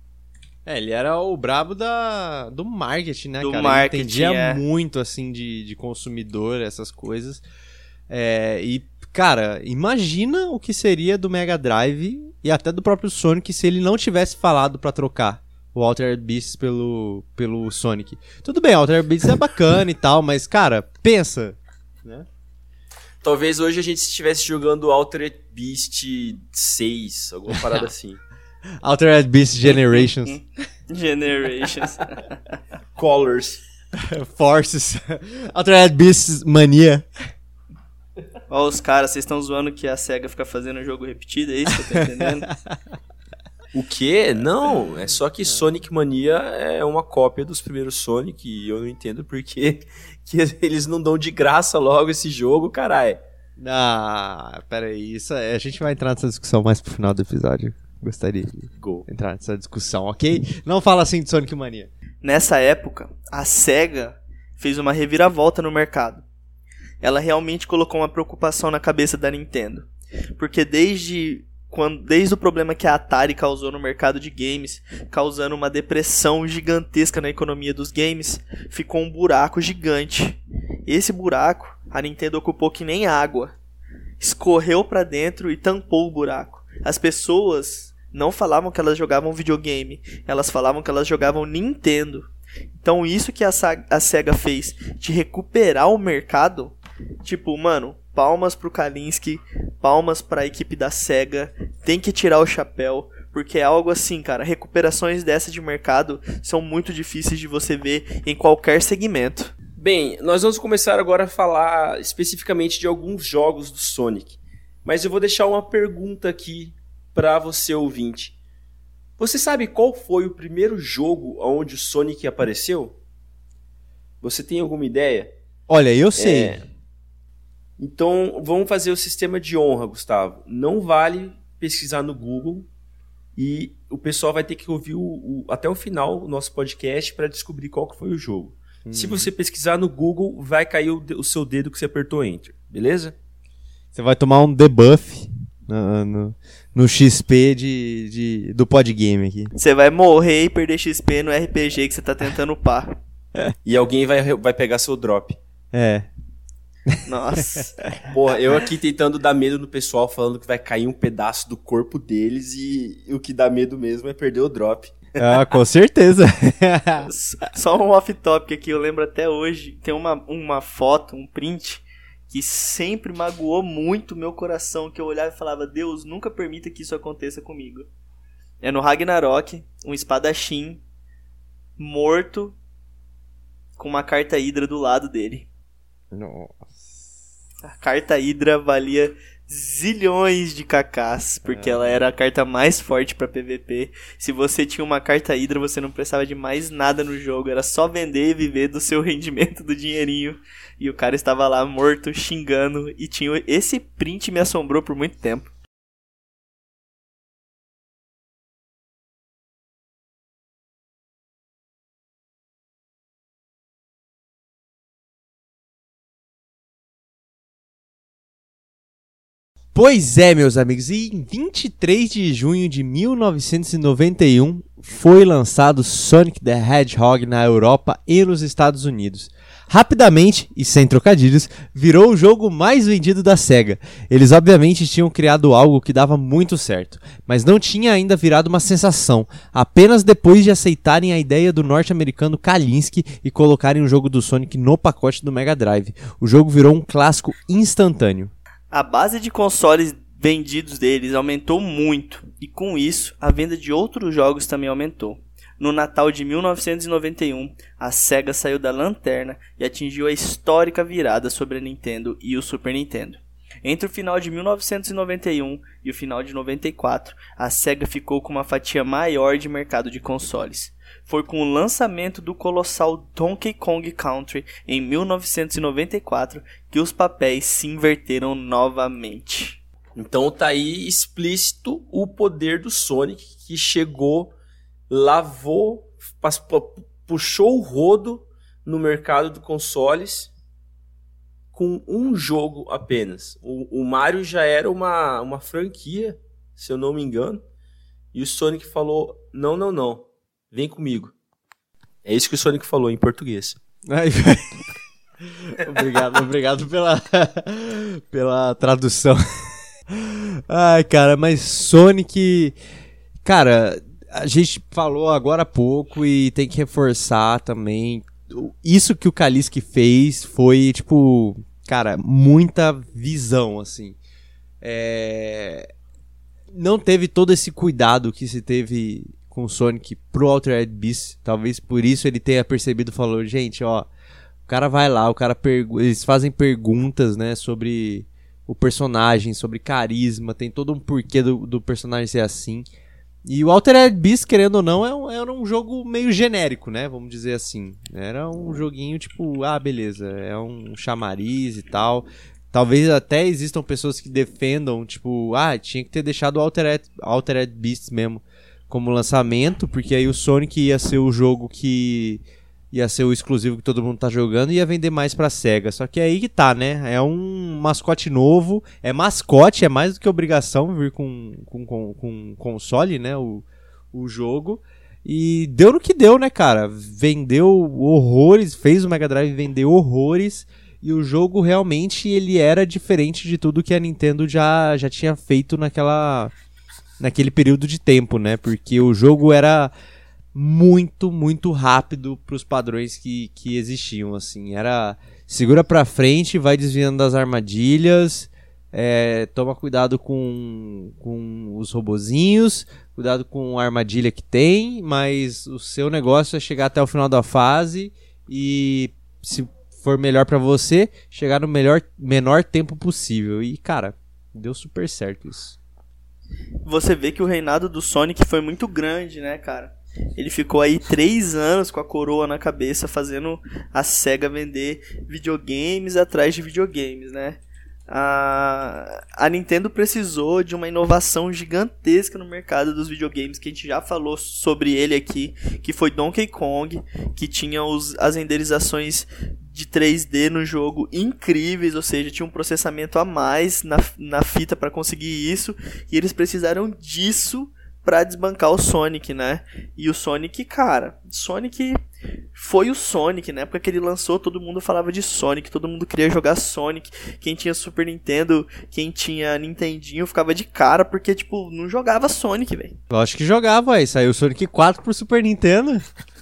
Speaker 1: É, ele era o brabo da, do marketing, né,
Speaker 2: do
Speaker 1: cara?
Speaker 2: Marketing,
Speaker 1: ele entendia
Speaker 2: é.
Speaker 1: muito, assim, de, de consumidor, essas coisas. É, e, cara, imagina o que seria do Mega Drive e até do próprio Sonic se ele não tivesse falado pra trocar o Altered Beasts pelo, pelo Sonic. Tudo bem, Altered Beasts é bacana e tal, mas, cara, pensa, né?
Speaker 3: Talvez hoje a gente estivesse jogando Altered Beast seis, alguma parada assim.
Speaker 1: Altered Beast Generations.
Speaker 2: Generations.
Speaker 3: Colors.
Speaker 1: Forces. Altered Beast Mania.
Speaker 2: Ó, os caras, vocês estão zoando que a SEGA fica fazendo jogo repetido, é isso que eu tô entendendo?
Speaker 3: O quê? Não, é só que Sonic Mania é uma cópia dos primeiros Sonic e eu não entendo por que que eles não dão de graça logo esse jogo, caralho.
Speaker 1: Ah, pera aí, isso é, a gente vai entrar nessa discussão mais pro final do episódio. Gostaria de
Speaker 3: Go.
Speaker 1: entrar nessa discussão, ok? Não fala assim de Sonic Mania.
Speaker 2: Nessa época, a SEGA fez uma reviravolta no mercado. Ela realmente colocou uma preocupação na cabeça da Nintendo. Porque desde, quando, desde o problema que a Atari causou no mercado de games, causando uma depressão gigantesca na economia dos games, ficou um buraco gigante. Esse buraco, a Nintendo ocupou que nem água. Escorreu pra dentro e tampou o buraco. As pessoas não falavam que elas jogavam videogame, elas falavam que elas jogavam Nintendo. Então isso que a, a SEGA fez de recuperar o mercado, tipo, mano, palmas pro Kalinske, palmas pra equipe da SEGA, tem que tirar o chapéu, porque é algo assim, cara, recuperações dessa de mercado são muito difíceis de você ver em qualquer segmento.
Speaker 3: Bem, nós vamos começar agora a falar especificamente de alguns jogos do Sonic, mas eu vou deixar uma pergunta aqui pra você ouvinte. Você sabe qual foi o primeiro jogo onde o Sonic apareceu? Você tem alguma ideia?
Speaker 1: Olha, eu sei.
Speaker 3: É... Então, vamos fazer o sistema de honra, Gustavo. Não vale pesquisar no Google e o pessoal vai ter que ouvir o, o, até o final o nosso podcast para descobrir qual que foi o jogo. Hum. Se você pesquisar no Google, vai cair o, o seu dedo que você apertou Enter, beleza?
Speaker 1: Você vai tomar um debuff no, no, no X P de, de, do Podgame aqui.
Speaker 2: Você vai morrer e perder X P no R P G que você tá tentando upar.
Speaker 3: É. E alguém vai, vai pegar seu drop.
Speaker 1: É.
Speaker 2: Nossa.
Speaker 3: Porra, eu aqui tentando dar medo no pessoal, falando que vai cair um pedaço do corpo deles e o que dá medo mesmo é perder o drop.
Speaker 1: Ah, com certeza.
Speaker 2: Só um off-topic aqui, eu lembro até hoje, tem uma, uma foto, um print, que sempre magoou muito meu coração, que eu olhava e falava, Deus, nunca permita que isso aconteça comigo. É no Ragnarok, um espadachim morto com uma carta Hydra do lado dele.
Speaker 1: Nossa.
Speaker 2: A carta Hydra valia zilhões de cacás, porque é. ela era a carta mais forte pra P V P. Se você tinha uma carta Hydra, você não precisava de mais nada no jogo, era só vender e viver do seu rendimento do dinheirinho. E o cara estava lá morto, xingando, e tinha esse print me assombrou por muito tempo.
Speaker 1: Pois é, meus amigos, e em vinte e três de junho de mil novecentos e noventa e um foi lançado Sonic the Hedgehog na Europa e nos Estados Unidos. Rapidamente, e sem trocadilhos, virou o jogo mais vendido da SEGA. Eles obviamente tinham criado algo que dava muito certo, mas não tinha ainda virado uma sensação, apenas depois de aceitarem a ideia do norte-americano Kalinske e colocarem o jogo do Sonic no pacote do Mega Drive. O jogo virou um clássico instantâneo.
Speaker 2: A base de consoles vendidos deles aumentou muito, e com isso, a venda de outros jogos também aumentou. No Natal de mil novecentos e noventa e um, a SEGA saiu da lanterna e atingiu a histórica virada sobre a Nintendo e o Super Nintendo. Entre o final de mil novecentos e noventa e um e o final de noventa e quatro, a SEGA ficou com uma fatia maior de mercado de consoles. Foi com o lançamento do colossal Donkey Kong Country em mil novecentos e noventa e quatro que os papéis se inverteram novamente.
Speaker 3: Então tá aí explícito o poder do Sonic, que chegou, lavou, puxou o rodo no mercado de consoles com um jogo apenas. O, o Mario já era uma, uma franquia, se eu não me engano, e o Sonic falou, não, não, não. Vem comigo. É isso que o Sonic falou em português.
Speaker 1: Ai, obrigado, obrigado pela, pela tradução. Ai, cara, mas Sonic... Cara, a gente falou agora há pouco e tem que reforçar também. Isso que o Kalinske fez foi, tipo... Cara, muita visão, assim. É... Não teve todo esse cuidado que se teve... com o Sonic pro Altered Beast, talvez por isso ele tenha percebido e falou, gente, ó, o cara vai lá, o cara pergu- eles fazem perguntas, né, sobre o personagem, sobre carisma, tem todo um porquê do, do personagem ser assim, e o Altered Beast, querendo ou não, é um, era um jogo meio genérico, né, vamos dizer assim, era um joguinho tipo, ah, beleza, é um chamariz e tal. Talvez até existam pessoas que defendam, tipo, ah, tinha que ter deixado o Altered, Altered Beast mesmo como lançamento, porque aí o Sonic ia ser o jogo que ia ser o exclusivo que todo mundo tá jogando e ia vender mais pra SEGA. Só que é aí que tá, né? É um mascote novo, é mascote, é mais do que obrigação vir com, com, com, com console, né? O, o jogo. E deu no que deu, né, cara? Vendeu horrores, fez o Mega Drive vender horrores, e o jogo realmente ele era diferente de tudo que a Nintendo já, já tinha feito naquela... naquele período de tempo, né? Porque o jogo era muito, muito rápido pros padrões que, que existiam, assim. Era segura pra frente, vai desviando das armadilhas, é, toma cuidado com, com os robozinhos, cuidado com a armadilha que tem, mas o seu negócio é chegar até o final da fase e, se for melhor pra você, chegar no melhor, menor tempo possível. E, cara, deu super certo isso.
Speaker 2: Você vê que o reinado do Sonic foi muito grande, né, cara? Ele ficou aí três anos com a coroa na cabeça, fazendo a SEGA vender videogames atrás de videogames, né? A, a Nintendo precisou de uma inovação gigantesca no mercado dos videogames, que a gente já falou sobre ele aqui, que foi Donkey Kong, que tinha os, as renderizações de três D no jogo incríveis, ou seja, tinha um processamento a mais na, na fita para conseguir isso, e eles precisaram disso pra desbancar o Sonic, né? E o Sonic, cara, Sonic foi o Sonic, na época que ele lançou, todo mundo falava de Sonic, todo mundo queria jogar Sonic. Quem tinha Super Nintendo, quem tinha Nintendinho ficava de cara, porque, tipo, não jogava Sonic, velho.
Speaker 1: Lógico que jogava, aí saiu o Sonic quatro pro Super Nintendo.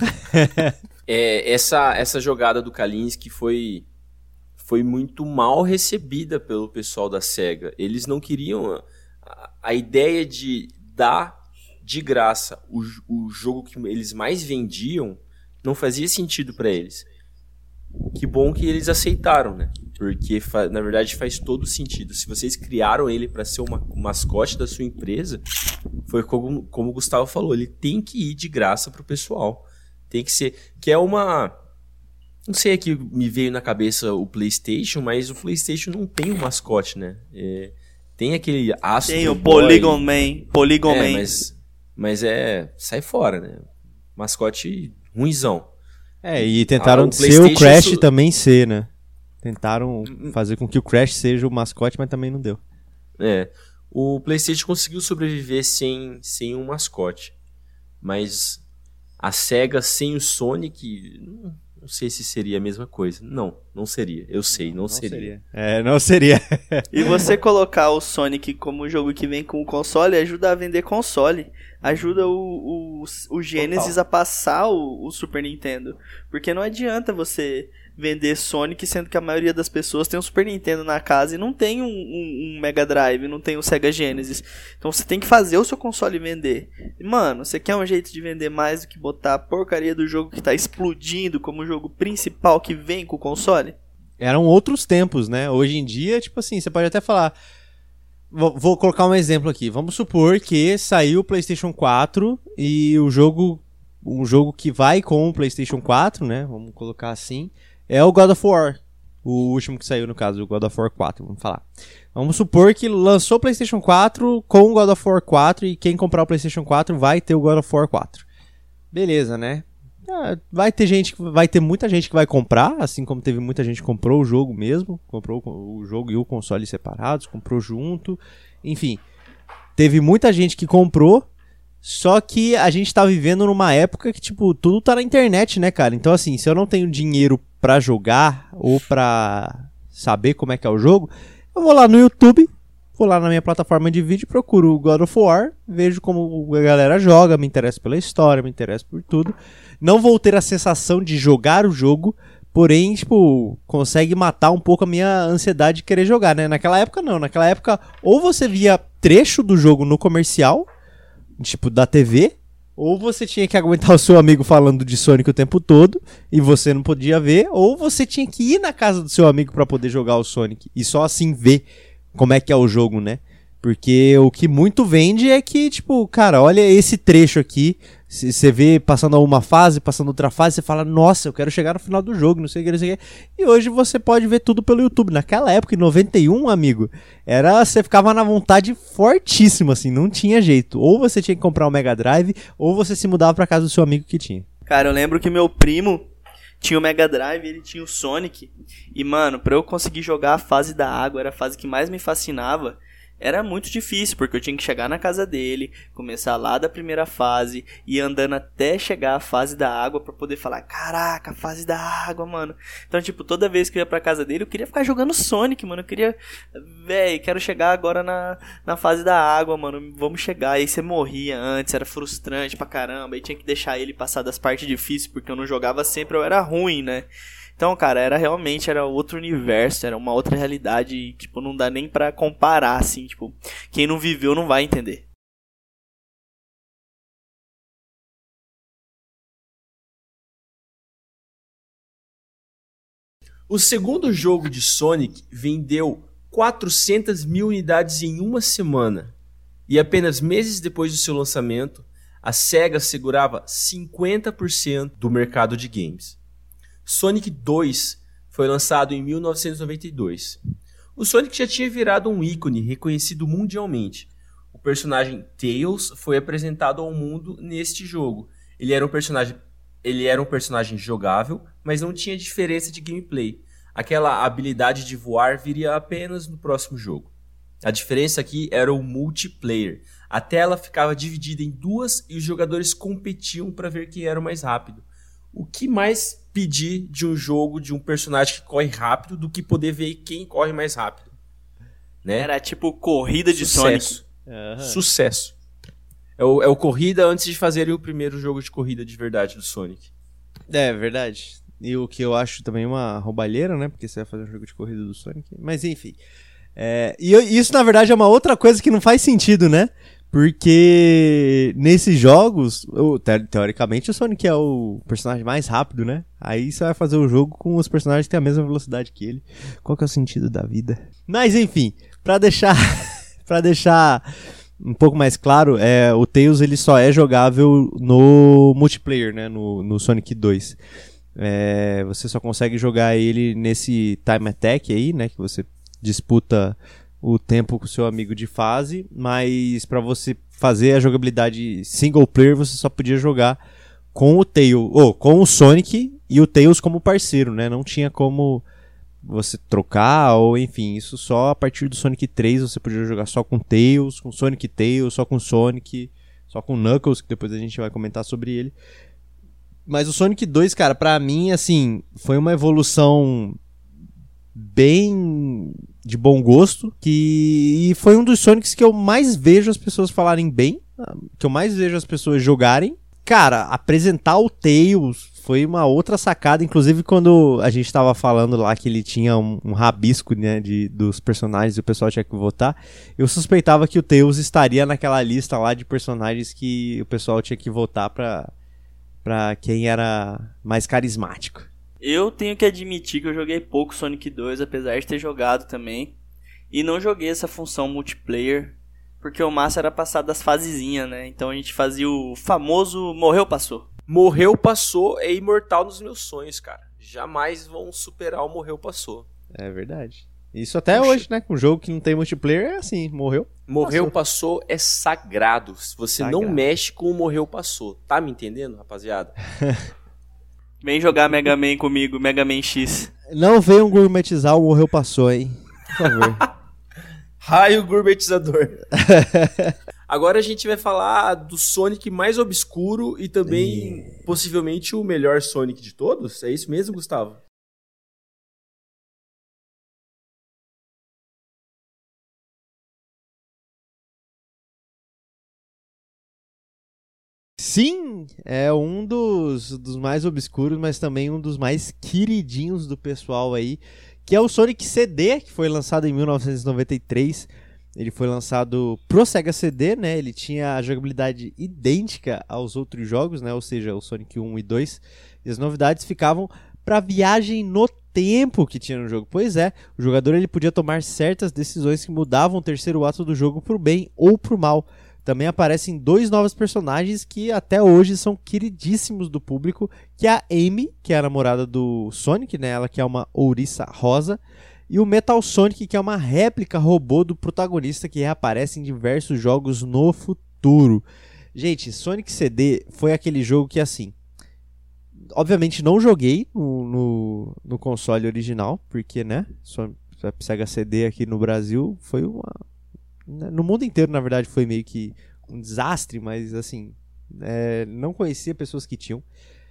Speaker 3: é, essa, essa jogada do Kalinske foi, foi muito mal recebida pelo pessoal da SEGA. Eles não queriam a, a ideia de dar de graça o, o jogo que eles mais vendiam, não fazia sentido pra eles. Que bom que eles aceitaram, né? Porque na verdade faz todo sentido. Se vocês criaram ele pra ser uma, um mascote da sua empresa, foi como, como o Gustavo falou, ele tem que ir de graça pro pessoal. Tem que ser, que é uma... Não sei aqui, me veio na cabeça o PlayStation, mas o PlayStation não tem um mascote, né? É, tem aquele Astro
Speaker 2: Tem o
Speaker 3: Boy.
Speaker 2: Polygon Man, Polygon
Speaker 3: É,
Speaker 2: Man.
Speaker 3: mas... Mas é... Sai fora, né? Mascote ruinzão.
Speaker 1: É, e tentaram
Speaker 3: Ah, o
Speaker 1: ser o Crash
Speaker 3: su-
Speaker 1: também ser, né? Tentaram fazer com que o Crash seja o mascote, mas também não deu.
Speaker 3: É. O PlayStation conseguiu sobreviver sem, sem um mascote. Mas a SEGA sem o Sonic... Não, não sei se seria a mesma coisa. Não, não seria. Eu sei, não,
Speaker 1: Não
Speaker 3: seria.
Speaker 1: seria. É, não seria.
Speaker 2: E você colocar o Sonic como jogo que vem com o console ajuda a vender console. Ajuda o, o, o Genesis
Speaker 3: Total.
Speaker 2: a passar o, o Super Nintendo. Porque não adianta você vender Sonic, sendo que a maioria das pessoas tem um Super Nintendo na casa e não tem um, um, um Mega Drive, não tem um Sega Genesis. Então você tem que fazer o seu console vender. E, mano, você quer um jeito de vender mais do que botar a porcaria do jogo que tá explodindo como o jogo principal que vem com o console?
Speaker 1: Eram outros tempos, né? Hoje em dia, tipo assim, você pode até falar... Vou, vou colocar um exemplo aqui. Vamos supor que saiu o PlayStation quatro e o jogo... Um jogo que vai com o PlayStation quatro, né? Vamos colocar assim... É o God of War. O último que saiu, no caso, o God of War quatro, vamos falar. Vamos supor que lançou o PlayStation quatro com o God of War quatro e quem comprar o PlayStation quatro vai ter o God of War quatro. Beleza, né? Ah, vai ter gente, vai ter muita gente que vai comprar, assim como teve muita gente que comprou o jogo mesmo, comprou o jogo e o console separados, comprou junto, enfim. Teve muita gente que comprou, só que a gente tá vivendo numa época que, tipo, tudo tá na internet, né, cara? Então, assim, se eu não tenho dinheiro pra jogar ou pra saber como é que é o jogo, eu vou lá no YouTube, vou lá na minha plataforma de vídeo, procuro o God of War, vejo como a galera joga, me interesso pela história, me interesso por tudo. Não vou ter a sensação de jogar o jogo, porém, tipo, consegue matar um pouco a minha ansiedade de querer jogar, né? Naquela época não, naquela época ou você via trecho do jogo no comercial, tipo, da T V, ou você tinha que aguentar o seu amigo falando de Sonic o tempo todo e você não podia ver, ou você tinha que ir na casa do seu amigo pra poder jogar o Sonic e só assim ver como é que é o jogo, né? Porque o que muito vende é que, tipo, cara, olha esse trecho aqui, você vê passando uma fase, passando outra fase, você fala, nossa, eu quero chegar no final do jogo, não sei o que, não sei o que. E hoje você pode ver tudo pelo YouTube. Naquela época, em noventa e um, amigo, era, você ficava na vontade fortíssima, assim, não tinha jeito. Ou você tinha que comprar um Mega Drive, ou você se mudava pra casa do seu amigo que tinha.
Speaker 2: Cara, eu lembro que meu primo tinha o Mega Drive, ele tinha o Sonic. E, mano, pra eu conseguir jogar a fase da água, era a fase que mais me fascinava. Era muito difícil, porque eu tinha que chegar na casa dele, começar lá da primeira fase, e andando até chegar à fase da água pra poder falar, caraca, a fase da água, mano. Então, tipo, toda vez que eu ia pra casa dele, eu queria ficar jogando Sonic, mano. Eu queria, véi, quero chegar agora na, na fase da água, mano, vamos chegar. E aí você morria antes, era frustrante pra caramba, e tinha que deixar ele passar das partes difíceis, porque eu não jogava sempre, eu era ruim, né? Então, cara, era realmente, era outro universo, era uma outra realidade, e, tipo, não dá nem pra comparar, assim, tipo, quem não viveu não vai entender.
Speaker 3: O segundo jogo de Sonic vendeu quatrocentas mil unidades em uma semana. E apenas meses depois do seu lançamento, a Sega segurava cinquenta por cento do mercado de games. Sonic dois foi lançado em mil novecentos e noventa e dois. O Sonic já tinha virado um ícone reconhecido mundialmente. O personagem Tails foi apresentado ao mundo neste jogo. Ele era um personagem, ele era um personagem jogável, mas não tinha diferença de gameplay. Aquela habilidade de voar viria apenas no próximo jogo. A diferença aqui era o multiplayer. A tela ficava dividida em duas e os jogadores competiam para ver quem era o mais rápido. O que mais pedir de um jogo de um personagem que corre rápido do que poder ver quem corre mais rápido? Né?
Speaker 2: Era tipo corrida de
Speaker 3: Sucesso.
Speaker 2: Sonic.
Speaker 1: Aham.
Speaker 3: Sucesso. É o, é o corrida antes de fazerem o primeiro jogo de corrida de verdade do Sonic.
Speaker 1: É, verdade. E o que eu acho também uma roubalheira, né? Porque você vai fazer um jogo de corrida do Sonic. Mas enfim. É, e eu- isso, na verdade, é uma outra coisa que não faz sentido, né? Porque nesses jogos, o- te- teoricamente, o Sonic é o personagem mais rápido, né? Aí você vai fazer o jogo com os personagens que têm a mesma velocidade que ele. Qual que é o sentido da vida? Mas enfim, pra deixar, pra deixar um pouco mais claro, é, o Tails ele só é jogável no multiplayer, né? No, no Sonic dois. É, você só consegue jogar ele nesse time attack aí, né? Que você disputa o tempo com o seu amigo de fase, mas pra você fazer a jogabilidade single player, você só podia jogar com o Tails, ou com o Sonic e o Tails como parceiro, né? Não tinha como você trocar, ou enfim, isso só a partir do Sonic três você podia jogar só com Tails, com Sonic e Tails, só com Sonic, só com Knuckles, que depois a gente vai comentar sobre ele. Mas o Sonic dois, cara, pra mim, assim, foi uma evolução bem de bom gosto, que e foi um dos Sonics que eu mais vejo as pessoas falarem bem, que eu mais vejo as pessoas jogarem. Cara, apresentar o Tails foi uma outra sacada, inclusive quando a gente tava falando lá que ele tinha um, um rabisco, né, de, dos personagens e o pessoal tinha que votar, eu suspeitava que o Tails estaria naquela lista lá de personagens que o pessoal tinha que votar pra, pra quem era mais carismático.
Speaker 2: Eu tenho que admitir que eu joguei pouco Sonic dois, apesar de ter jogado também. E não joguei essa função multiplayer, porque o massa era passar das fasezinhas, né? Então a gente fazia o famoso morreu, passou.
Speaker 3: Morreu, passou é imortal nos meus sonhos, cara. Jamais vão superar o morreu, passou.
Speaker 1: É verdade. Isso até
Speaker 3: Puxa.
Speaker 1: hoje, né? Com um jogo que não tem multiplayer é assim, morreu.
Speaker 3: Morreu, passou é sagrado. Você
Speaker 1: Sagrado.
Speaker 3: não mexe com o morreu, passou. Tá me entendendo, rapaziada?
Speaker 2: Vem jogar Mega Man comigo, Mega Man X.
Speaker 1: Não venham gourmetizar o morreu passou, hein? Por favor.
Speaker 3: Raio gourmetizador. Agora a gente vai falar do Sonic mais obscuro e também possivelmente o melhor Sonic de todos. É isso mesmo, Gustavo?
Speaker 1: Sim, é um dos, dos mais obscuros, mas também um dos mais queridinhos do pessoal aí, que é o Sonic C D, que foi lançado em mil novecentos e noventa e três. Ele foi lançado pro Sega C D, né? Ele tinha a jogabilidade idêntica aos outros jogos, né? Ou seja, o Sonic um e dois. E as novidades ficavam para viagem no tempo que tinha no jogo. Pois é, o jogador ele podia tomar certas decisões que mudavam o terceiro ato do jogo pro bem ou pro mal. Também aparecem dois novos personagens que até hoje são queridíssimos do público, que é a Amy, que é a namorada do Sonic, né? Ela que é uma ouriça rosa, e o Metal Sonic, que é uma réplica robô do protagonista que reaparece em diversos jogos no futuro. Gente, Sonic C D foi aquele jogo que, assim, obviamente não joguei no, no, no console original, porque, né, Sega C D aqui no Brasil foi uma... No mundo inteiro, na verdade, foi meio que um desastre, mas assim, é, não conhecia pessoas que tinham.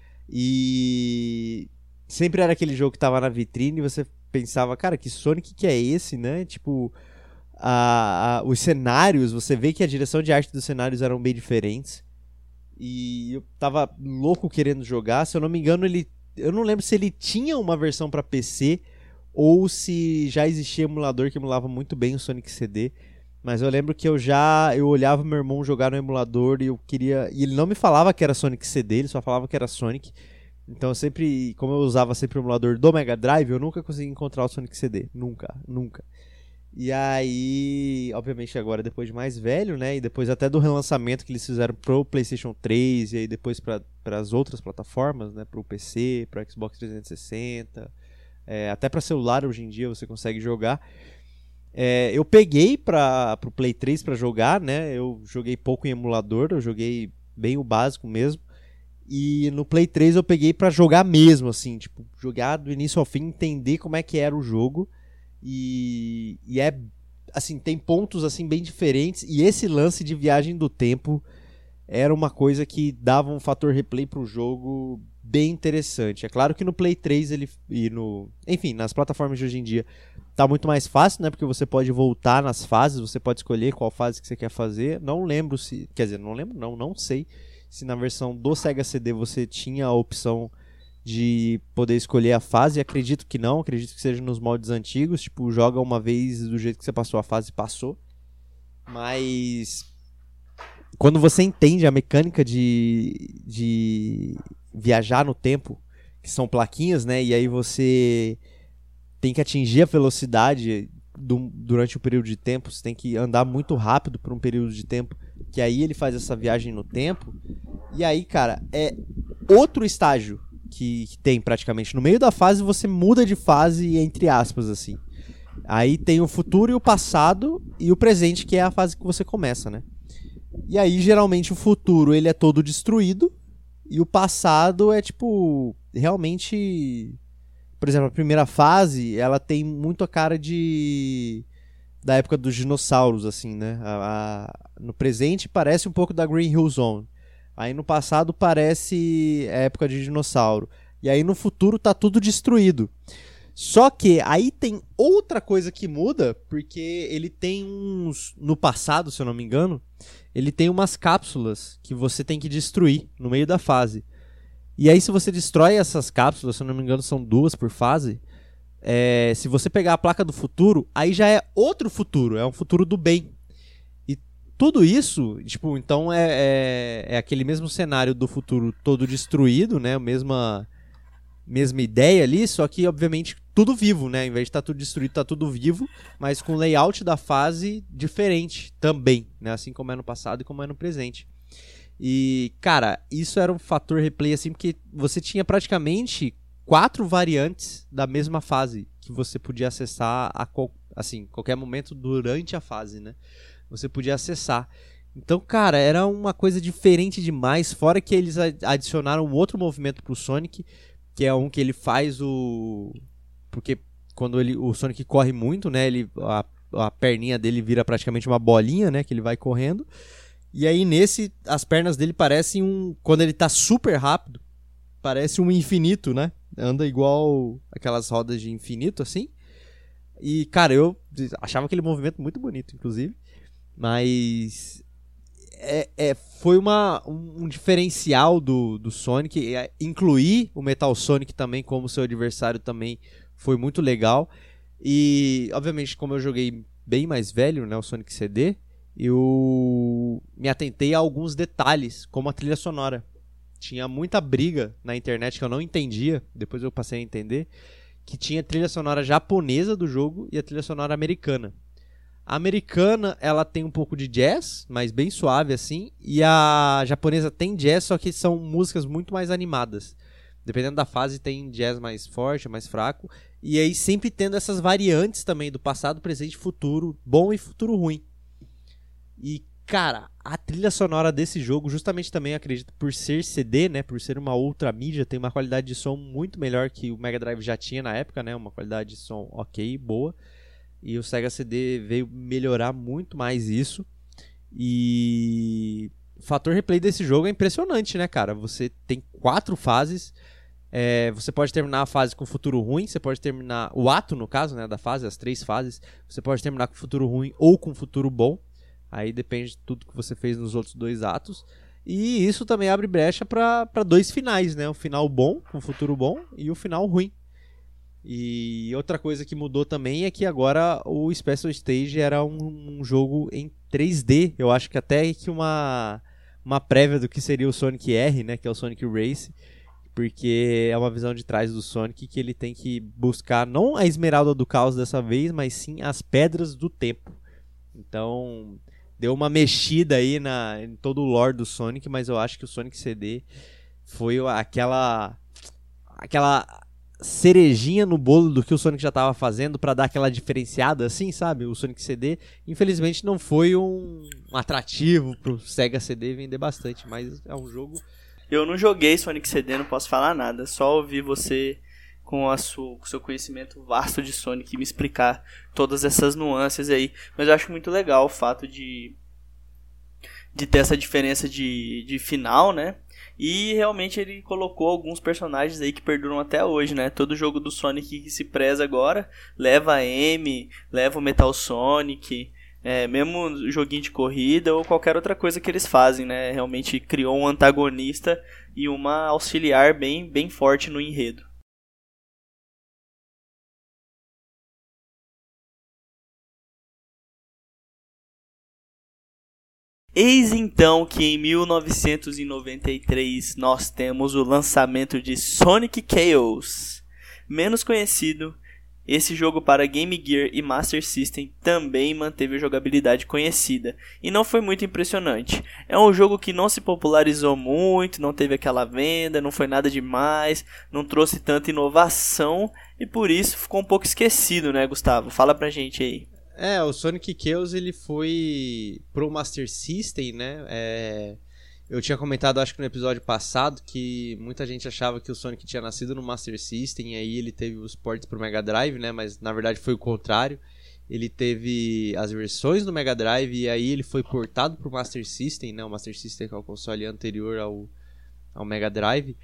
Speaker 1: E sempre era aquele jogo que tava na vitrine e você pensava, cara, que Sonic que é esse, né? Tipo, a, a, os cenários, você vê que a direção de arte dos cenários eram bem diferentes. E eu tava louco querendo jogar. Se eu não me engano, ele, eu não lembro se ele tinha uma versão para P C ou se já existia emulador que emulava muito bem o Sonic C D. Mas eu lembro que eu já eu olhava meu irmão jogar no emulador e eu queria... E ele não me falava que era Sonic C D, ele só falava que era Sonic. Então eu sempre... Como eu usava sempre o emulador do Mega Drive, eu nunca consegui encontrar o Sonic C D. Nunca, nunca. E aí, obviamente agora depois de mais velho, né? E depois até do relançamento que eles fizeram pro PlayStation três e aí depois para as outras plataformas, né? Pro P C, pro Xbox trezentos e sessenta, é, até para celular hoje em dia você consegue jogar. É, eu peguei para pro Play três para jogar, né? Eu joguei pouco em emulador, eu joguei bem o básico mesmo. E no Play três eu peguei para jogar mesmo, assim, tipo, jogar do início ao fim, entender como é que era o jogo. E, e é, assim, tem pontos, assim, bem diferentes. E esse lance de viagem do tempo era uma coisa que dava um fator replay pro jogo bem interessante. É claro que no Play três ele, e no, enfim, nas plataformas de hoje em dia tá muito mais fácil, né? Porque você pode voltar nas fases, você pode escolher qual fase que você quer fazer. Não lembro se, quer dizer, não lembro não, não sei se na versão do Sega C D você tinha a opção de poder escolher a fase. Acredito que não, acredito que seja nos moldes antigos, tipo, joga uma vez do jeito que você passou a fase, passou. Mas quando você entende a mecânica de, de viajar no tempo, que são plaquinhas, né, e aí você tem que atingir a velocidade do, durante um período de tempo, você tem que andar muito rápido por um período de tempo, que aí ele faz essa viagem no tempo, e aí, cara, é outro estágio Que, que tem praticamente. No meio da fase você muda de fase, entre aspas, assim. Aí tem o futuro e o passado e o presente, que é a fase que você começa, né? E aí, geralmente, o futuro ele é todo destruído e o passado é, tipo, realmente... Por exemplo, a primeira fase, ela tem muito a cara de... da época dos dinossauros, assim, né? A, a... No presente parece um pouco da Green Hill Zone. Aí no passado parece a época de dinossauro. E aí no futuro tá tudo destruído. Só que aí tem outra coisa que muda, porque ele tem uns... No passado, se eu não me engano, ele tem umas cápsulas que você tem que destruir no meio da fase. E aí se você destrói essas cápsulas, se eu não me engano são duas por fase, é... se você pegar a placa do futuro, aí já é outro futuro, é um futuro do bem. Tudo isso, tipo, então é, é, é aquele mesmo cenário do futuro todo destruído, né? A mesma, mesma ideia ali, só que, obviamente, tudo vivo, né? Em vez de estar tudo destruído, tá tudo vivo, mas com o layout da fase diferente também, né? Assim como é no passado e como é no presente. E, cara, isso era um fator replay, assim, porque você tinha praticamente quatro variantes da mesma fase que você podia acessar a qual, assim, qualquer momento durante a fase, né? Você podia acessar. Então, cara, era uma coisa diferente demais. Fora que eles adicionaram um outro movimento pro Sonic, que é um que ele faz o... Porque quando ele, o Sonic corre muito, né? Ele, a, a perninha dele vira praticamente uma bolinha, né? Que ele vai correndo. E aí nesse, as pernas dele parecem um... Quando ele tá super rápido, parece um infinito, né? Anda igual aquelas rodas de infinito, assim. E, cara, eu achava aquele movimento muito bonito, inclusive. Mas é, é, foi uma, um, um diferencial do, do Sonic. É, incluir o Metal Sonic também como seu adversário também foi muito legal. E, obviamente, como eu joguei bem mais velho, né, o Sonic C D, eu me atentei a alguns detalhes, como a trilha sonora. Tinha muita briga na internet que eu não entendia, depois eu passei a entender, que tinha a trilha sonora japonesa do jogo e a trilha sonora americana. A americana, ela tem um pouco de jazz, mas bem suave assim, e a japonesa tem jazz, só que são músicas muito mais animadas. Dependendo da fase tem jazz mais forte, mais fraco, e aí sempre tendo essas variantes também do passado, presente, futuro, bom e futuro ruim. E, cara, a trilha sonora desse jogo, justamente também, acredito, por ser C D, né, por ser uma outra mídia, tem uma qualidade de som muito melhor que o Mega Drive já tinha na época, né, uma qualidade de som ok, boa. E o Sega C D veio melhorar muito mais isso. E o fator replay desse jogo é impressionante, né, cara? Você tem quatro fases. É, você pode terminar a fase com futuro ruim. Você pode terminar... O ato, no caso, né, da fase, as três fases. Você pode terminar com futuro ruim ou com futuro bom. Aí depende de tudo que você fez nos outros dois atos. E isso também abre brecha para dois finais, né? O final bom, com futuro bom, e o final ruim. E outra coisa que mudou também é que agora o Special Stage era um, um jogo em três D. Eu acho que até que uma, uma prévia do que seria o Sonic R, né, que é o Sonic Race. porque é uma visão de trás do Sonic que ele tem que buscar não a Esmeralda do Caos dessa vez, mas sim as Pedras do Tempo. Então, deu uma mexida aí na, em todo o lore do Sonic, mas eu acho que o Sonic C D foi aquela aquela cerejinha no bolo do que o Sonic já estava fazendo para dar aquela diferenciada assim, sabe? O Sonic C D, infelizmente, não foi um, um atrativo pro Sega C D vender bastante, mas é um jogo...
Speaker 2: Eu não joguei Sonic C D, não posso falar nada, só ouvi você com o seu conhecimento vasto de Sonic me explicar todas essas nuances aí, mas eu acho muito legal o fato de, de ter essa diferença de, de final, né? E realmente ele colocou alguns personagens aí que perduram até hoje, né? Todo jogo do Sonic que se preza agora leva a M, leva o Metal Sonic, é, mesmo joguinho de corrida ou qualquer outra coisa que eles fazem, né? Realmente criou um antagonista e uma auxiliar bem, bem forte no enredo. Eis então que em mil novecentos e noventa e três nós temos o lançamento de Sonic Chaos. Menos conhecido, esse jogo para Game Gear e Master System também manteve a jogabilidade conhecida e não foi muito impressionante. É um jogo que não se popularizou muito, não teve aquela venda, não foi nada demais, não trouxe tanta inovação e por isso ficou um pouco esquecido, né, Gustavo? Fala pra gente aí.
Speaker 1: É, o Sonic Chaos ele foi pro Master System, né? É, eu tinha comentado, acho que no episódio passado, que muita gente achava que o Sonic tinha nascido no Master System e aí ele teve os ports pro Mega Drive, né? Mas na verdade foi o contrário. Ele teve as versões do Mega Drive e aí ele foi portado pro Master System, né? O Master System que é o console anterior ao, ao Mega Drive.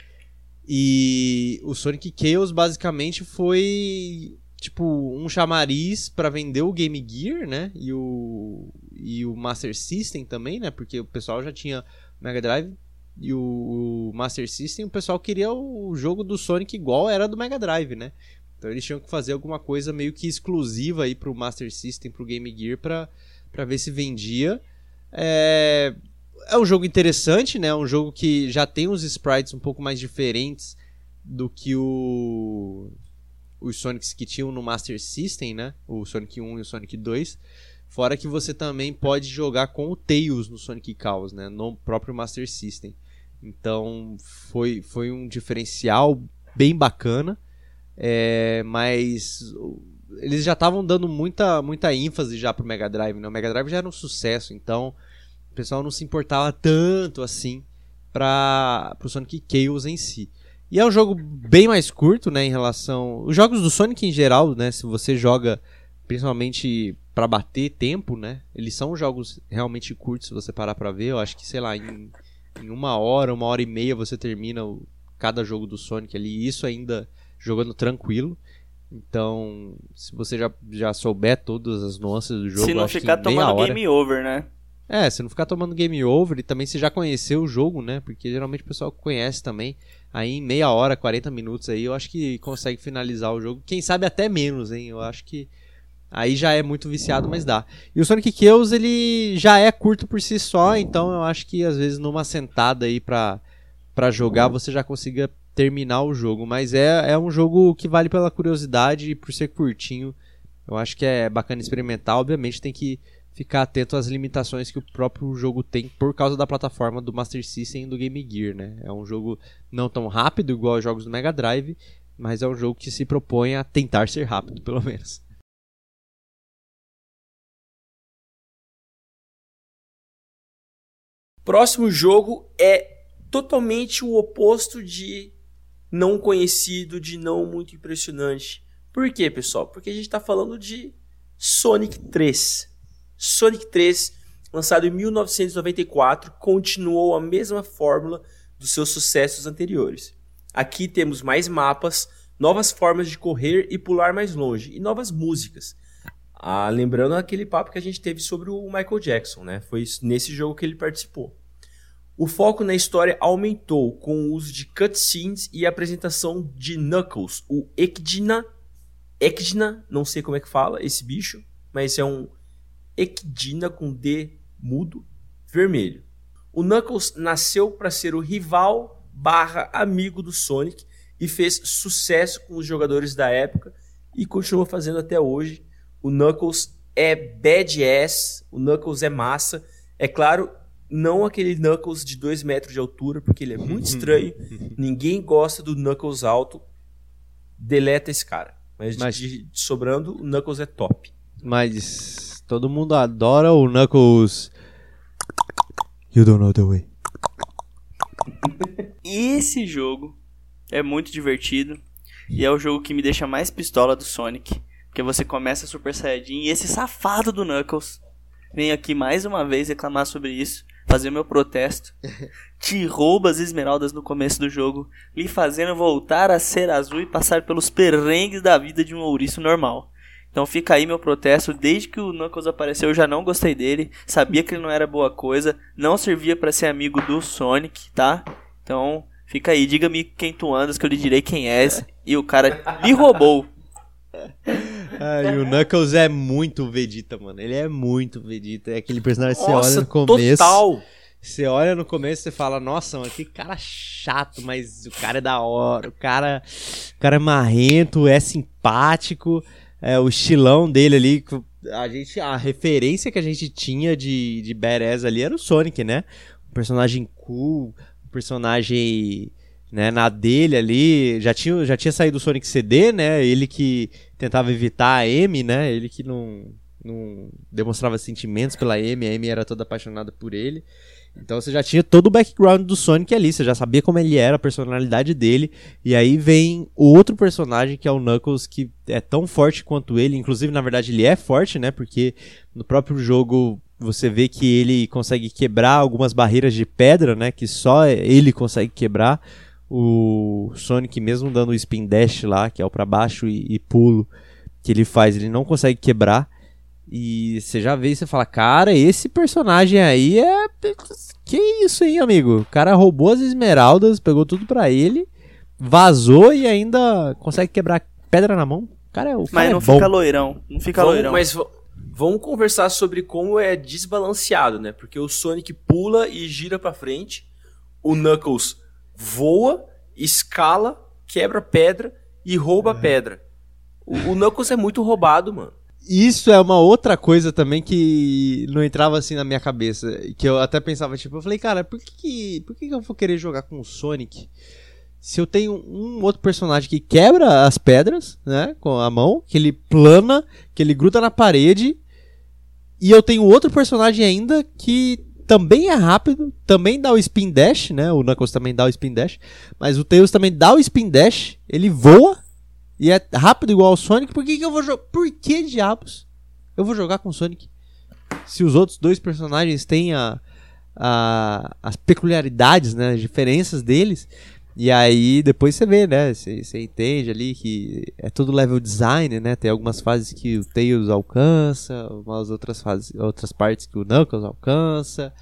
Speaker 1: E o Sonic Chaos basicamente foi... tipo, um chamariz pra vender o Game Gear, né, e o, e o Master System também, né, porque o pessoal já tinha o Mega Drive e o, o Master System, o pessoal queria o jogo do Sonic igual era do Mega Drive, né, então eles tinham que fazer alguma coisa meio que exclusiva aí pro Master System, pro Game Gear, pra, pra ver se vendia. É, é um jogo interessante, né, um jogo que já tem uns sprites um pouco mais diferentes do que o... os Sonics que tinham no Master System, né? O Sonic um e o Sonic dois. Fora que você também pode jogar com o Tails no Sonic Chaos, né? No próprio Master System. Então foi, foi um diferencial bem bacana. É, mas eles já estavam dando muita, muita ênfase já pro Mega Drive, né? O Mega Drive já era um sucesso, então o pessoal não se importava tanto assim para pro Sonic Chaos em si. E é um jogo bem mais curto, né, em relação... Os jogos do Sonic em geral, né, se você joga principalmente pra bater tempo, né, eles são jogos realmente curtos, se você parar pra ver. Eu acho que, sei lá, em, em uma hora, uma hora e meia você termina o, cada jogo do Sonic ali. Isso ainda jogando tranquilo. Então, se você já, já souber todas as nuances do jogo...
Speaker 2: Se não
Speaker 1: acho
Speaker 2: ficar
Speaker 1: que em meia
Speaker 2: tomando
Speaker 1: hora...
Speaker 2: game over, né?
Speaker 1: É, se não ficar tomando game over e também se já conheceu o jogo, né? Porque geralmente o pessoal conhece também. Aí em meia hora, quarenta minutos aí, eu acho que consegue finalizar o jogo. Quem sabe até menos, hein? Eu acho que aí já é muito viciado, mas dá. E o Sonic Chaos, ele já é curto por si só, então eu acho que às vezes numa sentada aí pra, pra jogar você já consiga terminar o jogo. Mas é, é um jogo que vale pela curiosidade e por ser curtinho. Eu acho que é bacana experimentar. Obviamente tem que ficar atento às limitações que o próprio jogo tem por causa da plataforma do Master System e do Game Gear, né? É um jogo não tão rápido igual os jogos do Mega Drive, mas é um jogo que se propõe a tentar ser rápido, pelo menos.
Speaker 3: Próximo jogo é totalmente o oposto de não conhecido, de não muito impressionante. Por quê, pessoal? Porque a gente está falando de Sonic três. Sonic três, lançado em mil novecentos e noventa e quatro, continuou a mesma fórmula dos seus sucessos anteriores. Aqui temos mais mapas, novas formas de correr e pular mais longe, e novas músicas. Ah, lembrando aquele papo que a gente teve sobre o Michael Jackson, né? Foi nesse jogo que ele participou. O foco na história aumentou com o uso de cutscenes e a apresentação de Knuckles, o Echidna, Echidna, não sei como é que fala esse bicho, mas é um Echidna com D mudo, vermelho. O Knuckles nasceu para ser o rival barra amigo do Sonic e fez sucesso com os jogadores da época e continua fazendo até hoje. O Knuckles é badass, o Knuckles é massa. É claro, não aquele Knuckles de dois metros de altura, porque ele é muito estranho. Ninguém gosta do Knuckles alto. Deleta esse cara. Mas,
Speaker 1: Mas...
Speaker 3: De, de sobrando, o Knuckles é top.
Speaker 1: Mas todo mundo adora o Knuckles. You don't know the way.
Speaker 2: Esse jogo é muito divertido e é o jogo que me deixa mais pistola do Sonic, porque você começa Super Saiyajin e esse safado do Knuckles vem aqui mais uma vez reclamar sobre isso, fazer meu protesto, te rouba as esmeraldas no começo do jogo, lhe fazendo voltar a ser azul e passar pelos perrengues da vida de um ouriço normal. Então fica aí meu protesto. Desde que o Knuckles apareceu eu já não gostei dele, sabia que ele não era boa coisa, não servia pra ser amigo do Sonic, tá? Então fica aí, diga-me quem tu andas que eu lhe direi quem és. E o cara me roubou.
Speaker 1: Ai, o Knuckles é muito Vegeta, mano. Ele é muito Vegeta. É aquele personagem que você
Speaker 3: Nossa,
Speaker 1: olha no começo.
Speaker 3: Total.
Speaker 1: Você olha no começo e fala, nossa, mano, que cara chato, mas o cara é da hora. O cara, o cara é marrento, é simpático. É, o estilão dele ali, a, gente, a referência que a gente tinha de, de badass ali era o Sonic, né? Um personagem cool, um personagem, né, na dele ali. Já tinha, já tinha saído o Sonic C D, né? Ele que tentava evitar a Amy, né? Ele que não, não demonstrava sentimentos pela Amy, a Amy era toda apaixonada por ele. Então você já tinha todo o background do Sonic ali, você já sabia como ele era, a personalidade dele. E aí vem o outro personagem que é o Knuckles, que é tão forte quanto ele. Inclusive, na verdade, ele é forte, né? Porque no próprio jogo você vê que ele consegue quebrar algumas barreiras de pedra, né? Que só ele consegue quebrar. O Sonic, mesmo dando o Spin Dash lá, que é o pra baixo e, e pulo, que ele faz, ele não consegue quebrar. E você já vê e você fala, cara, esse personagem aí é... Que isso, hein, amigo? O cara roubou as esmeraldas, pegou tudo pra ele, vazou e ainda consegue quebrar pedra na mão. O cara é o cara
Speaker 2: Mas não
Speaker 1: é bom.
Speaker 2: fica loirão, não fica
Speaker 3: Vamos,
Speaker 2: loirão.
Speaker 3: mas v- vamos conversar sobre como é desbalanceado, né? Porque o Sonic pula e gira pra frente, o Knuckles voa, escala, quebra pedra e rouba
Speaker 1: É.
Speaker 3: pedra. O, o Knuckles é muito roubado, mano.
Speaker 1: Isso é uma outra coisa também que não entrava assim na minha cabeça. Que eu até pensava, tipo, eu falei, cara, por que, que, por que, que eu vou querer jogar com o Sonic se eu tenho um outro personagem que quebra as pedras, né, com a mão, que ele plana, que ele gruda na parede, e eu tenho outro personagem ainda que também é rápido, também dá o Spin Dash, né, o Knuckles também dá o Spin Dash, mas o Tails também dá o Spin Dash, ele voa, e é rápido igual ao Sonic. Por que, que eu vou jogar? Por que diabos eu vou jogar com o Sonic? Se os outros dois personagens têm a, a, as peculiaridades, né? As diferenças deles. E aí depois você vê, né? Você, você entende ali que é todo level design, né? Tem algumas fases que o Tails alcança, umas outras fases, outras partes que o Knuckles alcança.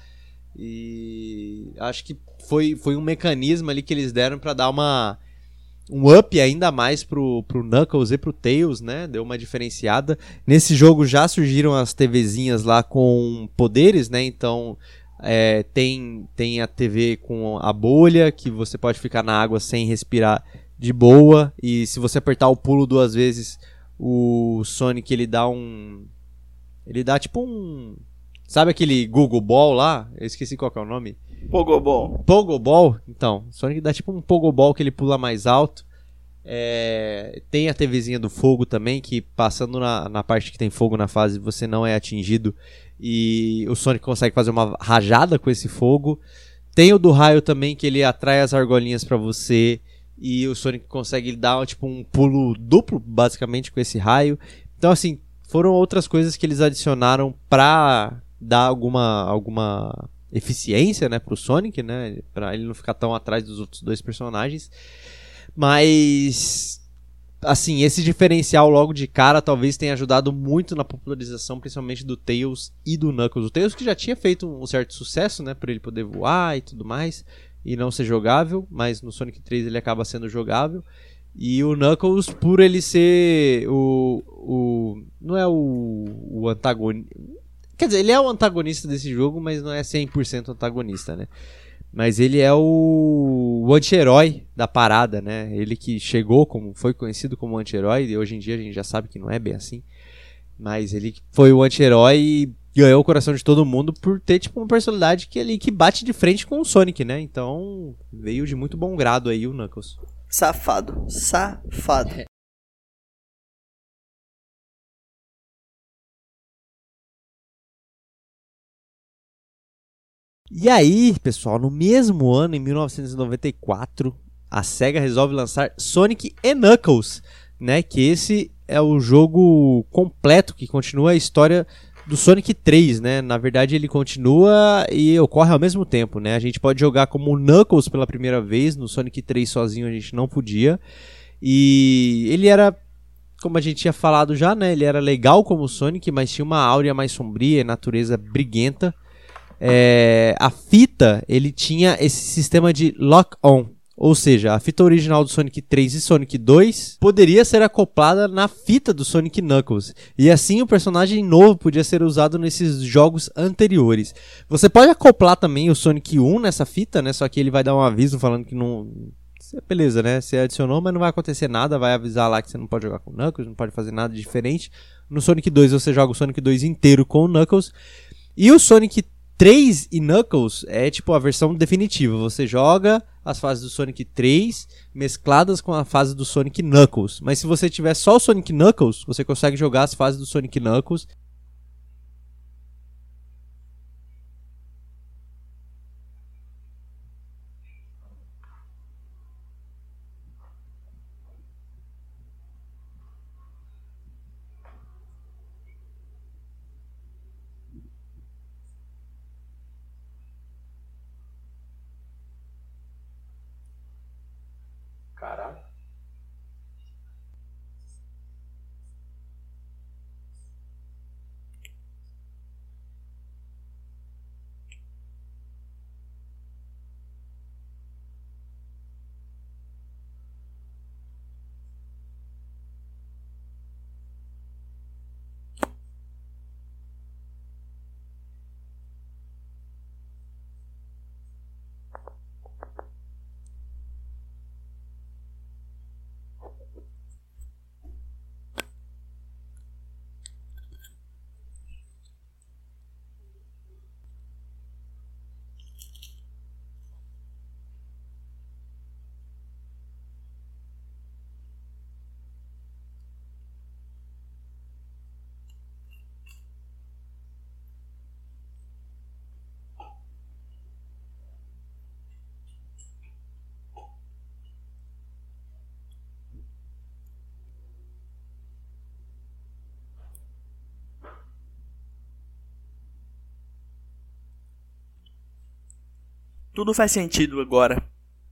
Speaker 1: E acho que foi, foi um mecanismo ali que eles deram pra dar uma... um up ainda mais pro, pro Knuckles e pro Tails, né? Deu uma diferenciada. Nesse jogo já surgiram as TVzinhas lá com poderes, né? Então é, tem, tem a T V com a bolha, que você pode ficar na água sem respirar de boa. E se você apertar o pulo duas vezes, o Sonic ele dá um... Ele dá tipo um... Sabe aquele Google Ball lá? Eu esqueci qual que é o nome.
Speaker 2: Pogobol.
Speaker 1: Pogobol, então, Sonic dá tipo um Pogobol que ele pula mais alto. É, tem a TVzinha do fogo também, que passando na, na parte que tem fogo na fase, você não é atingido e o Sonic consegue fazer uma rajada com esse fogo. Tem o do raio também, que ele atrai as argolinhas pra você e o Sonic consegue dar tipo um pulo duplo, basicamente, com esse raio. Então, assim, foram outras coisas que eles adicionaram pra dar alguma... alguma eficiência, né, pro Sonic, né, pra ele não ficar tão atrás dos outros dois personagens, mas assim, esse diferencial logo de cara talvez tenha ajudado muito na popularização, principalmente do Tails e do Knuckles. O Tails que já tinha feito um certo sucesso, né, por ele poder voar e tudo mais, e não ser jogável, mas no Sonic três ele acaba sendo jogável, e o Knuckles por ele ser o, o não é o, o antagonista. Quer dizer, ele é o antagonista desse jogo, mas não é cem por cento antagonista, né? Mas ele é o, o anti-herói da parada, né? Ele que chegou, como foi conhecido como anti-herói, e hoje em dia a gente já sabe que não é bem assim. Mas ele foi o anti-herói e ganhou o coração de todo mundo por ter tipo uma personalidade que, ali, que bate de frente com o Sonic, né? Então veio de muito bom grado aí o Knuckles.
Speaker 2: Safado, safado.
Speaker 1: E aí, pessoal, no mesmo ano, em mil novecentos e noventa e quatro, a SEGA resolve lançar Sonic e Knuckles, né? Que esse é o jogo completo que continua a história do Sonic três, né? Na verdade, ele continua e ocorre ao mesmo tempo, né? A gente pode jogar como Knuckles pela primeira vez, no Sonic três sozinho a gente não podia. E ele era, como a gente tinha falado já, né? Ele era legal como Sonic, mas tinha uma áurea mais sombria, natureza briguenta. É, a fita, ele tinha esse sistema de lock-on, ou seja, a fita original do Sonic três e Sonic dois poderia ser acoplada na fita do Sonic Knuckles, e assim o personagem novo podia ser usado nesses jogos anteriores. Você pode acoplar também o Sonic um nessa fita, né? Só que ele vai dar um aviso falando que não... Beleza, né? Você adicionou, mas não vai acontecer nada, vai avisar lá que você não pode jogar com o Knuckles, não pode fazer nada diferente. No Sonic dois você joga o Sonic dois inteiro com o Knuckles, e o Sonic três e Knuckles é tipo a versão definitiva. Você joga as fases do Sonic três mescladas com a fase do Sonic Knuckles. Mas se você tiver só o Sonic Knuckles, você consegue jogar as fases do Sonic Knuckles.
Speaker 3: Caraca.
Speaker 2: Tudo faz sentido agora.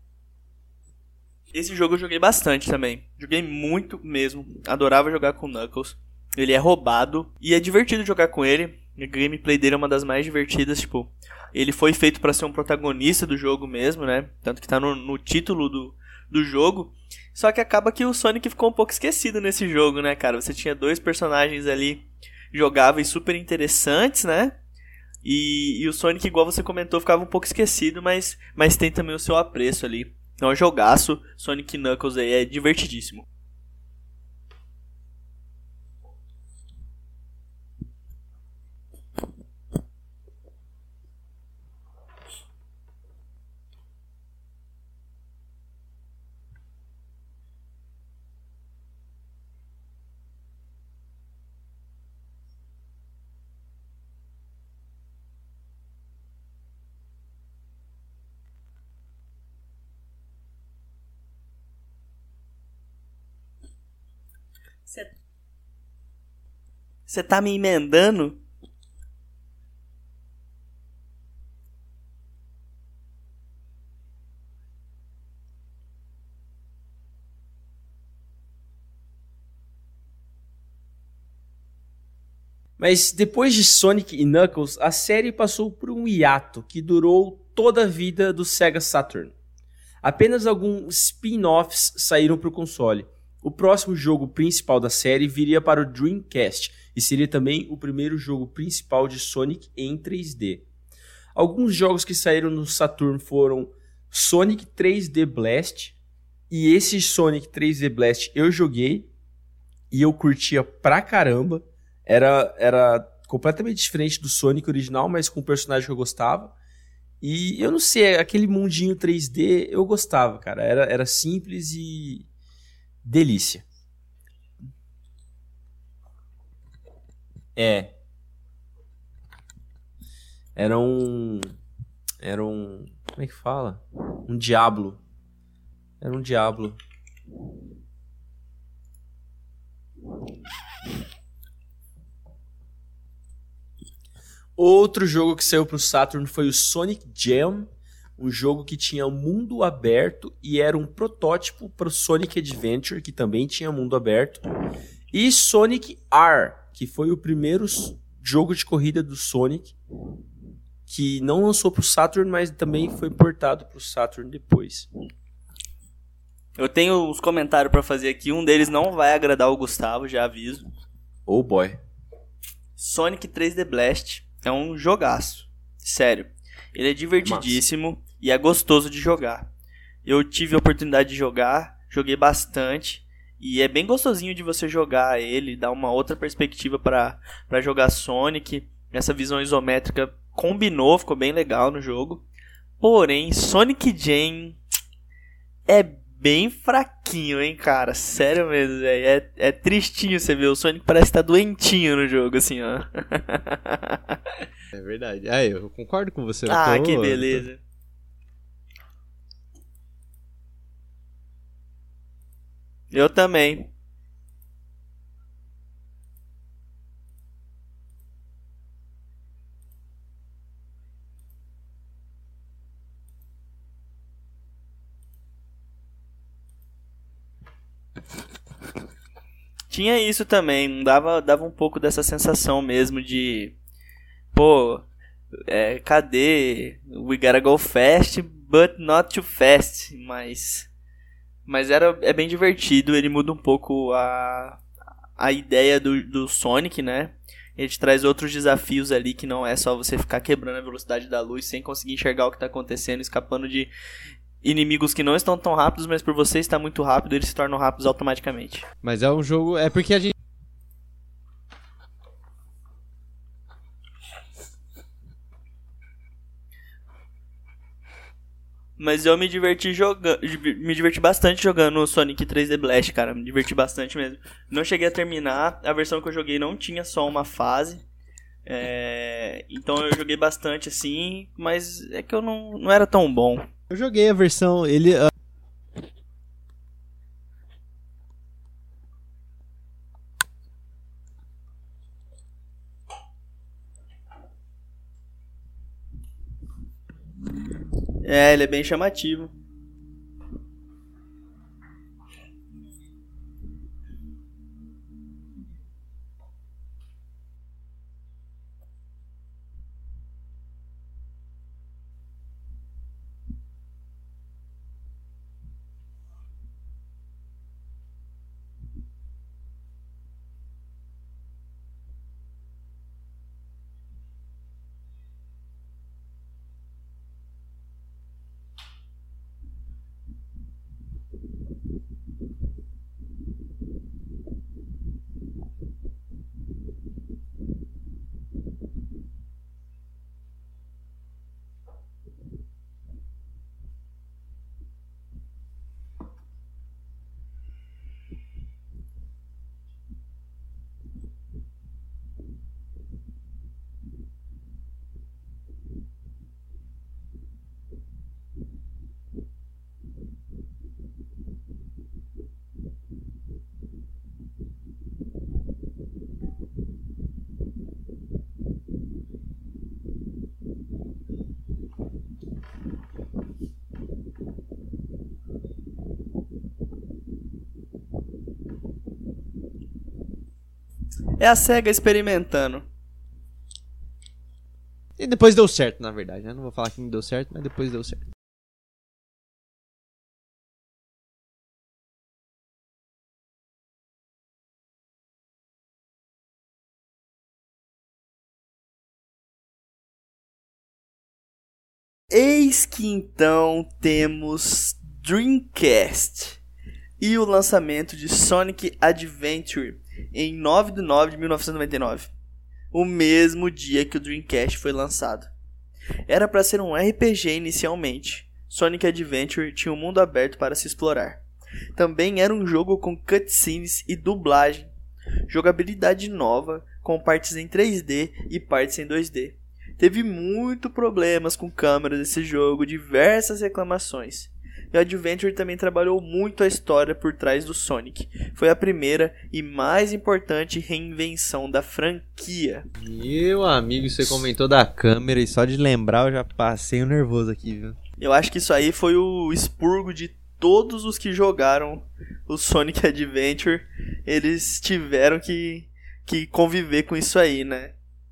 Speaker 2: Esse jogo eu joguei bastante também. Joguei muito mesmo. Adorava jogar com o Knuckles. Ele é roubado e é divertido jogar com ele. A gameplay dele é uma das mais divertidas. Tipo, ele foi feito para ser um protagonista do jogo mesmo, né? Tanto que tá no, no título do, do jogo. Só que acaba que o Sonic ficou um pouco esquecido nesse jogo, né, cara? Você tinha dois personagens ali jogáveis super interessantes, né? E, e o Sonic, igual você comentou, ficava um pouco esquecido, mas, mas tem também o seu apreço ali. Então, jogaço, Sonic Knuckles aí é divertidíssimo. Você tá me emendando?
Speaker 3: Mas depois de Sonic e Knuckles, a série passou por um hiato que durou toda a vida do Sega Saturn. Apenas alguns spin-offs saíram para o console. O próximo jogo principal da série viria para o Dreamcast e seria também o primeiro jogo principal de Sonic em três D. Alguns jogos que saíram no Saturn foram Sonic três D Blast. E esse Sonic três D Blast eu joguei e eu curtia pra caramba. Era, era completamente diferente do Sonic original, mas com um personagem que eu gostava. E eu não sei, aquele mundinho três D eu gostava, cara. Era, era simples e delícia. É. Era um... Era um... Como é que fala? Um Diablo. Era um Diablo. Outro jogo que saiu pro Saturn foi o Sonic Jam, um jogo que tinha um mundo aberto e era um protótipo para o Sonic Adventure, que também tinha mundo aberto, e Sonic R, que foi o primeiro jogo de corrida do Sonic, que não lançou pro Saturn, mas também foi portado pro Saturn depois.
Speaker 2: Eu tenho uns comentários pra fazer aqui, um deles não vai agradar o Gustavo, já aviso.
Speaker 3: Oh boy.
Speaker 2: Sonic três D Blast é um jogaço, sério. Ele é divertidíssimo Massa. E é gostoso de jogar. Eu tive a oportunidade de jogar, joguei bastante, e é bem gostosinho de você jogar ele, dar uma outra perspectiva pra, pra jogar Sonic. Essa visão isométrica combinou, ficou bem legal no jogo. Porém, Sonic Jam é bem fraquinho, hein, cara? Sério mesmo, velho. É, é tristinho você ver. O Sonic parece estar doentinho no jogo, assim, ó.
Speaker 1: É verdade. Ah, eu concordo com você.
Speaker 2: Ah,
Speaker 1: tô...
Speaker 2: que beleza. Eu também. Tinha isso também, dava, dava um pouco dessa sensação mesmo de... Pô, é, cadê? We gotta go fast, but not too fast. Mas, mas era, é bem divertido, ele muda um pouco a, a ideia do, do Sonic, né? Ele te traz outros desafios ali, que não é só você ficar quebrando a velocidade da luz sem conseguir enxergar o que tá acontecendo, escapando de inimigos que não estão tão rápidos, mas por você estar muito rápido, eles se tornam rápidos automaticamente.
Speaker 1: Mas é um jogo... É porque a gente...
Speaker 2: Mas eu me diverti jogando, me diverti bastante jogando o Sonic três D Blast, cara, me diverti bastante mesmo. Não cheguei a terminar, a versão que eu joguei não tinha só uma fase, é... então eu joguei bastante assim, mas é que eu não, não era tão bom.
Speaker 1: Eu joguei a versão, ele... Uh...
Speaker 2: É, ele é bem chamativo. É a SEGA experimentando.
Speaker 1: E depois deu certo, na verdade, né? Não vou falar que não deu certo, mas depois deu certo.
Speaker 2: Eis que então temos Dreamcast e o lançamento de Sonic Adventure em nove de nove de mil novecentos e noventa e nove, o mesmo dia que o Dreamcast foi lançado. Era para ser um R P G inicialmente. Sonic Adventure tinha um mundo aberto para se explorar. Também era um jogo com cutscenes e dublagem, jogabilidade nova, com partes em três D e partes em dois D. Teve muito problemas com câmeras desse jogo, diversas reclamações. E o Adventure também trabalhou muito a história por trás do Sonic. Foi a primeira e mais importante reinvenção da franquia.
Speaker 1: Meu amigo, você comentou da câmera e só de lembrar eu já passei um nervoso aqui, viu?
Speaker 2: Eu acho que isso aí foi o expurgo de todos os que jogaram o Sonic Adventure. Eles tiveram que, que conviver com isso aí, né?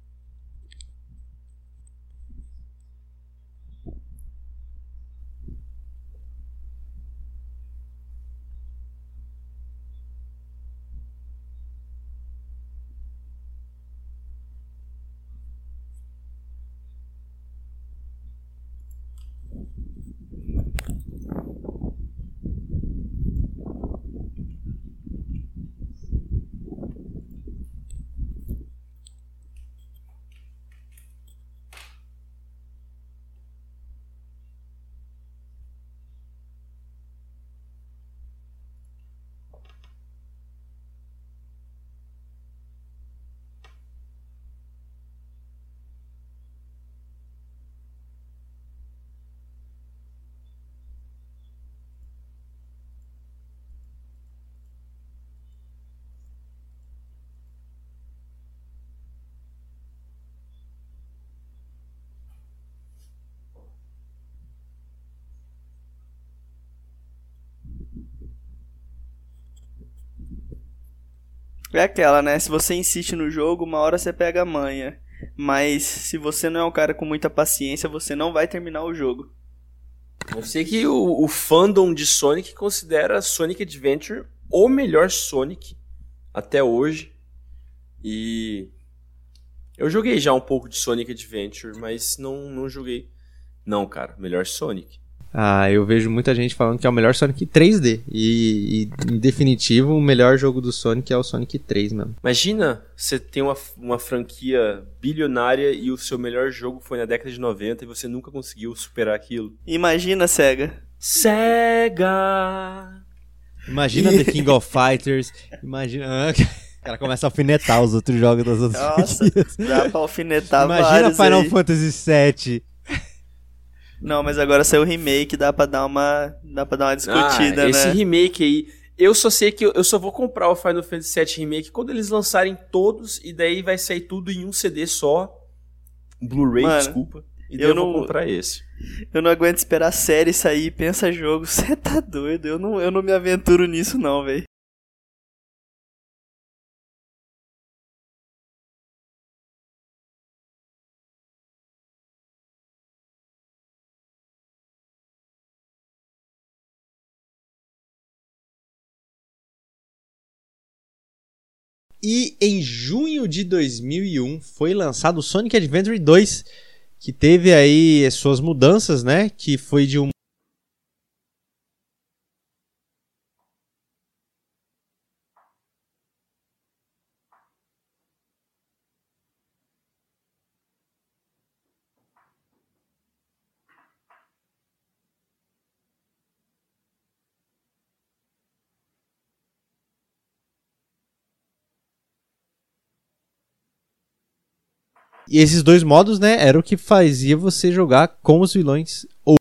Speaker 2: É aquela, né? Se você insiste no jogo, uma hora você pega a manha. Mas se você não é um cara com muita paciência, você não vai terminar o jogo.
Speaker 3: Eu sei que o, o fandom de Sonic considera Sonic Adventure o melhor Sonic até hoje. E eu joguei já um pouco de Sonic Adventure, mas não, não joguei. Não, cara, melhor Sonic.
Speaker 1: Ah, eu vejo muita gente falando que é o melhor Sonic três D. E, e em definitivo, o melhor jogo do Sonic é o Sonic três mesmo.
Speaker 3: Imagina você ter uma, uma franquia bilionária e o seu melhor jogo foi na década de noventa e você nunca conseguiu superar aquilo.
Speaker 2: Imagina, SEGA.
Speaker 3: SEGA!
Speaker 1: Imagina The King of Fighters. Imagina... O cara começa a alfinetar os outros jogos das outras
Speaker 2: Nossa,
Speaker 1: franquias.
Speaker 2: dá pra alfinetar
Speaker 1: Imagina
Speaker 2: vários
Speaker 1: Final
Speaker 2: aí.
Speaker 1: Fantasy sete.
Speaker 2: Não, mas agora saiu o remake, dá pra dar uma, dá pra dar uma discutida,
Speaker 3: ah,
Speaker 2: né?
Speaker 3: Esse remake aí, eu só sei que eu, eu só vou comprar o Final Fantasy sete Remake quando eles lançarem todos, e daí vai sair tudo em um C D só, Blu-ray,
Speaker 2: Mano,
Speaker 3: desculpa, e daí
Speaker 2: eu
Speaker 3: eu vou
Speaker 2: não-
Speaker 3: comprar esse.
Speaker 2: Eu não aguento esperar a série sair, pensa jogo, você tá doido, eu não, eu não me aventuro nisso não, velho.
Speaker 1: E em junho de dois mil e um foi lançado o Sonic Adventure dois, que teve aí as suas mudanças, né? Que foi de um... E esses dois modos, né, era o que fazia você jogar com os vilões ou...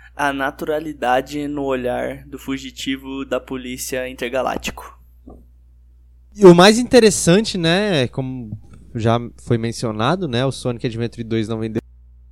Speaker 2: A naturalidade no olhar do fugitivo da polícia intergaláctico.
Speaker 1: E o mais interessante, né, como já foi mencionado, né, o Sonic Adventure dois não vendeu.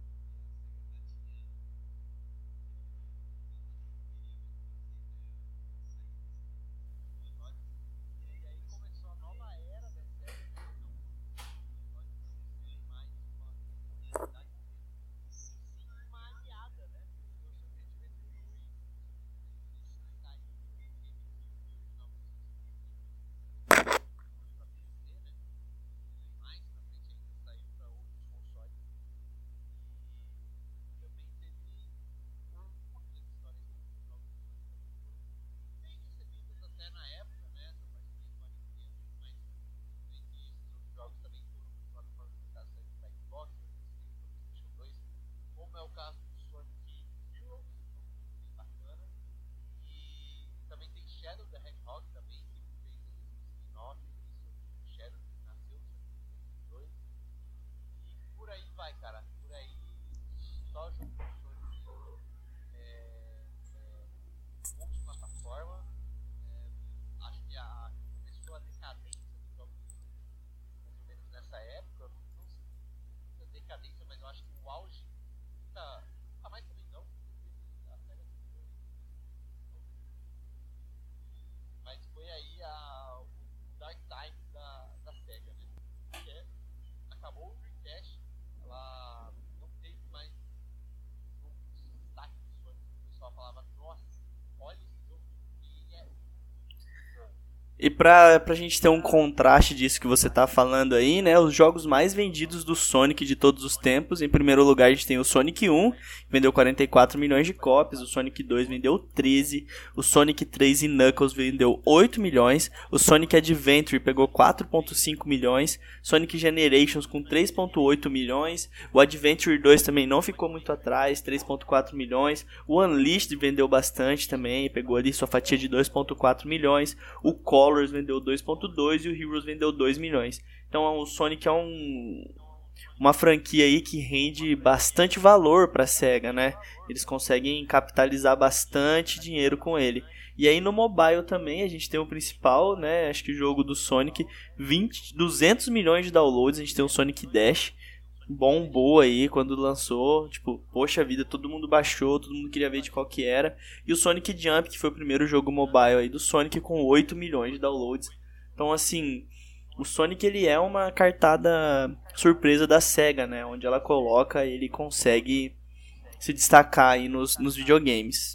Speaker 2: E pra, pra gente ter um contraste disso que você tá falando aí, né? Os jogos mais vendidos do Sonic de todos os tempos. Em primeiro lugar a gente tem o Sonic um, que vendeu quarenta e quatro milhões de cópias. O Sonic dois vendeu treze. O Sonic três e Knuckles vendeu oito milhões. O Sonic Adventure pegou quatro vírgula cinco milhões. Sonic Generations com três vírgula oito milhões. O Adventure dois também não ficou muito atrás, três vírgula quatro milhões. O Unleashed vendeu bastante também, pegou ali sua fatia de dois vírgula quatro milhões. O Colors vendeu dois vírgula dois e o Heroes vendeu dois milhões. Então o Sonic é um, uma franquia aí que rende bastante valor para a SEGA, né? Eles conseguem capitalizar bastante dinheiro com ele. E aí no mobile também a gente tem o principal, né? Acho que o jogo do Sonic, vinte, duzentos milhões de downloads. A gente tem o Sonic Dash, bombou aí quando lançou, tipo, poxa vida, todo mundo baixou, todo mundo queria ver de qual que era. E o Sonic Jump, que foi o primeiro jogo mobile aí do Sonic, com oito milhões de downloads. Então assim, o Sonic ele é uma cartada surpresa da SEGA, né? Onde ela coloca, ele consegue se destacar aí nos, nos videogames.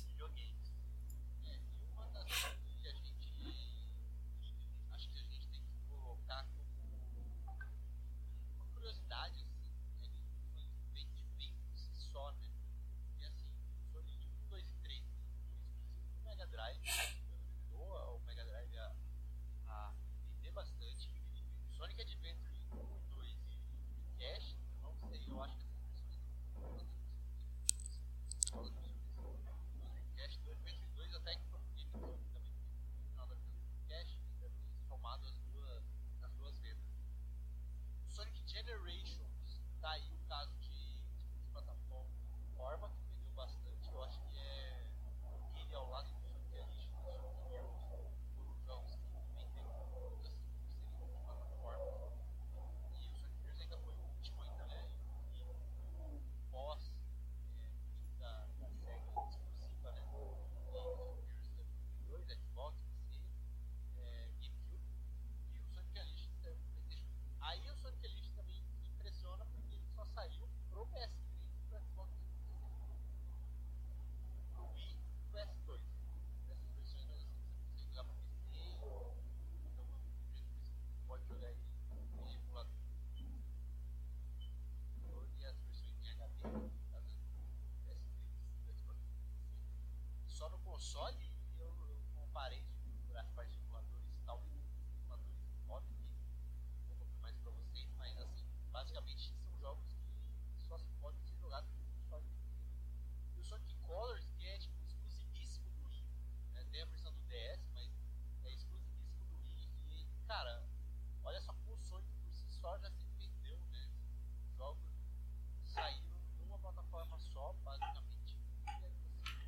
Speaker 4: Console, eu, eu comparei por as partes de emuladores, talvez emuladores óbvio que vou contar mais pra vocês, mas assim, basicamente são jogos que só podem ser jogados no console. E o Sonic Colors, que é tipo exclusivíssimo do Wii, né? Tem a versão do D S, mas é exclusivíssimo do Wii. E cara, olha só como o Sonic por si só já se vendeu, né? Os jogos saíram numa plataforma só, basicamente. E aí você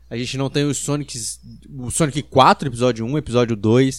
Speaker 1: A gente não tem os Sonics, o Sonic quatro, episódio um, episódio dois.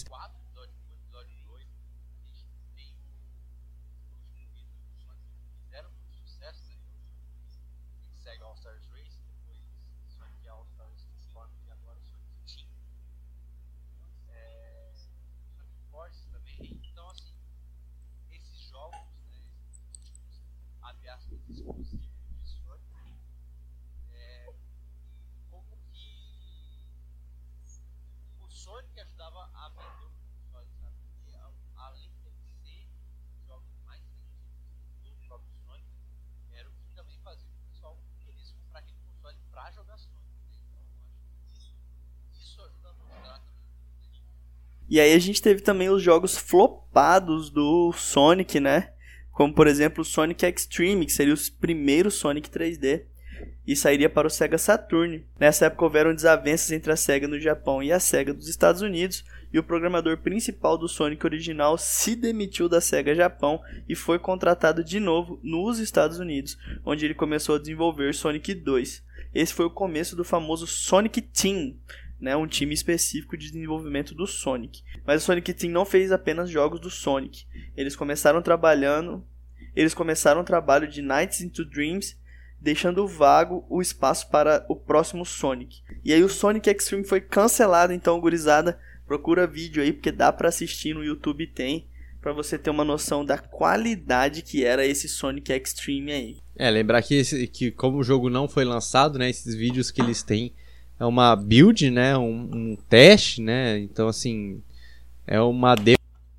Speaker 4: Sonic ajudava a vender o console, sabe? Porque além de ser jogos mais vendidos do próprio Sonic, era o que também fazia o pessoal querer comprar aquele console pra jogar Sonic, né? Então, acho que isso ajuda a mostrar também.
Speaker 2: E aí a gente teve também os jogos flopados do Sonic, né? Como, por exemplo, o Sonic Extreme, que seria o primeiro Sonic três D. E sairia para o Sega Saturn. Nessa época houveram desavenças entre a Sega no Japão e a Sega dos Estados Unidos, e o programador principal do Sonic original se demitiu da Sega Japão e foi contratado de novo nos Estados Unidos, onde ele começou a desenvolver Sonic dois. Esse foi o começo do famoso Sonic Team, né, um time específico de desenvolvimento do Sonic. Mas o Sonic Team não fez apenas jogos do Sonic. Eles começaram trabalhando, eles começaram o trabalho de Nights into Dreams, deixando vago o espaço para o próximo Sonic. E aí o Sonic Extreme foi cancelado, então, gurizada, procura vídeo aí, porque dá pra assistir no YouTube, tem, pra você ter uma noção da qualidade que era esse Sonic Extreme aí.
Speaker 1: É, lembrar que, esse, que como o jogo não foi lançado, né, esses vídeos que eles têm é uma build, né, um, um teste, né, então, assim, é uma demo.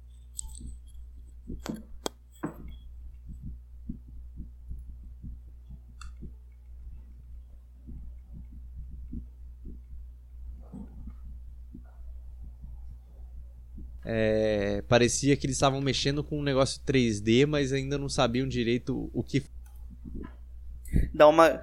Speaker 1: É, parecia que eles estavam mexendo com um negócio três D, mas ainda não sabiam direito o que.
Speaker 2: Dá uma.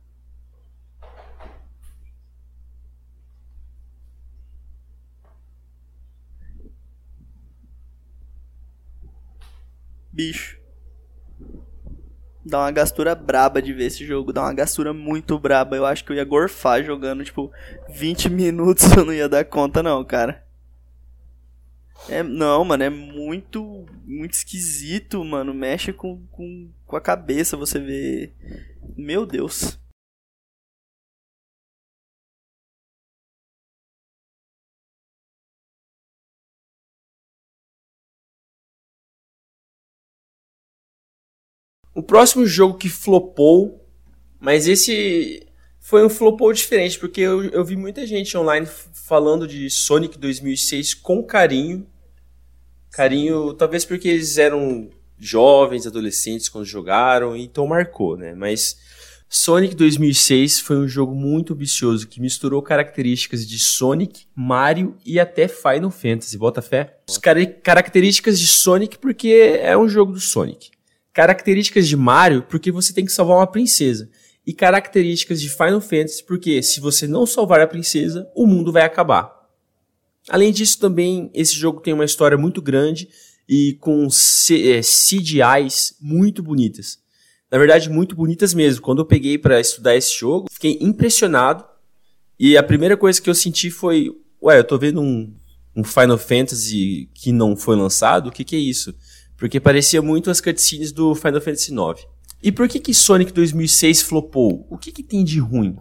Speaker 2: Bicho. Dá uma gastura braba de ver esse jogo. Dá uma gastura muito braba. Eu acho que eu ia gorfar jogando, tipo, vinte minutos. Eu não ia dar conta, não, cara. É, não, mano, é muito, muito esquisito, mano. Mexe com, com, com a cabeça, você vê. Meu Deus.
Speaker 3: O próximo jogo que flopou, mas esse foi um flopou diferente, porque eu, eu vi muita gente online falando de Sonic dois mil e seis com carinho. Carinho, talvez porque eles eram jovens, adolescentes quando jogaram, então marcou, né? Mas Sonic dois mil e seis foi um jogo muito ambicioso, que misturou características de Sonic, Mario e até Final Fantasy, bota fé? As car- características de Sonic porque é um jogo do Sonic. Características de Mario porque você tem que salvar uma princesa. E características de Final Fantasy porque se você não salvar a princesa, o mundo vai acabar. Além disso, também, esse jogo tem uma história muito grande e com C- C G Is muito bonitas. Na verdade, muito bonitas mesmo. Quando eu peguei para estudar esse jogo, fiquei impressionado. E a primeira coisa que eu senti foi... Ué, eu tô vendo um, um Final Fantasy que não foi lançado? O que que é isso? Porque parecia muito as cutscenes do Final Fantasy nove. E por que que Sonic dois mil e seis flopou? O que que tem de ruim?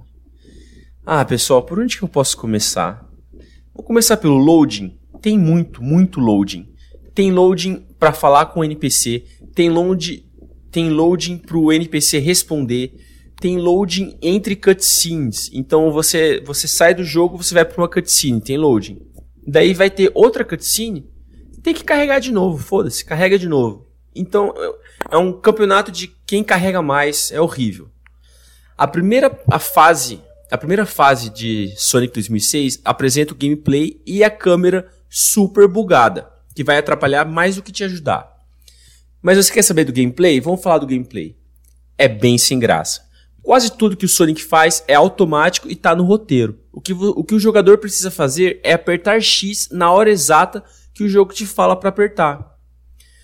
Speaker 3: Ah, pessoal, por onde que eu posso começar? Vou começar pelo loading. Tem muito, muito loading. Tem loading para falar com o N P C. Tem loading, tem loading para o N P C responder. Tem loading entre cutscenes. Então você, você sai do jogo, você vai para uma cutscene. Tem loading. Daí vai ter outra cutscene. Tem que carregar de novo. Foda-se, carrega de novo. Então é um campeonato de quem carrega mais. É horrível. A primeira a fase... A primeira fase de Sonic dois mil e seis apresenta o gameplay e a câmera super bugada, que vai atrapalhar mais do que te ajudar. Mas você quer saber do gameplay? Vamos falar do gameplay. É bem sem graça. Quase tudo que o Sonic faz é automático e está no roteiro. O que, o que o jogador precisa fazer é apertar X na hora exata que o jogo te fala para apertar.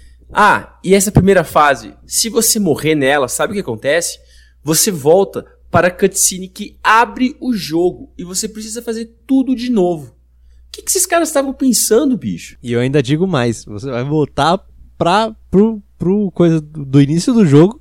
Speaker 3: Ah, e essa primeira fase, se você morrer nela, sabe o que acontece? Você volta para a cutscene que abre o jogo e você precisa fazer tudo de novo. O que, que esses caras estavam pensando, bicho?
Speaker 1: E eu ainda digo mais, você vai voltar pra, pro, pro coisa do, do início do jogo.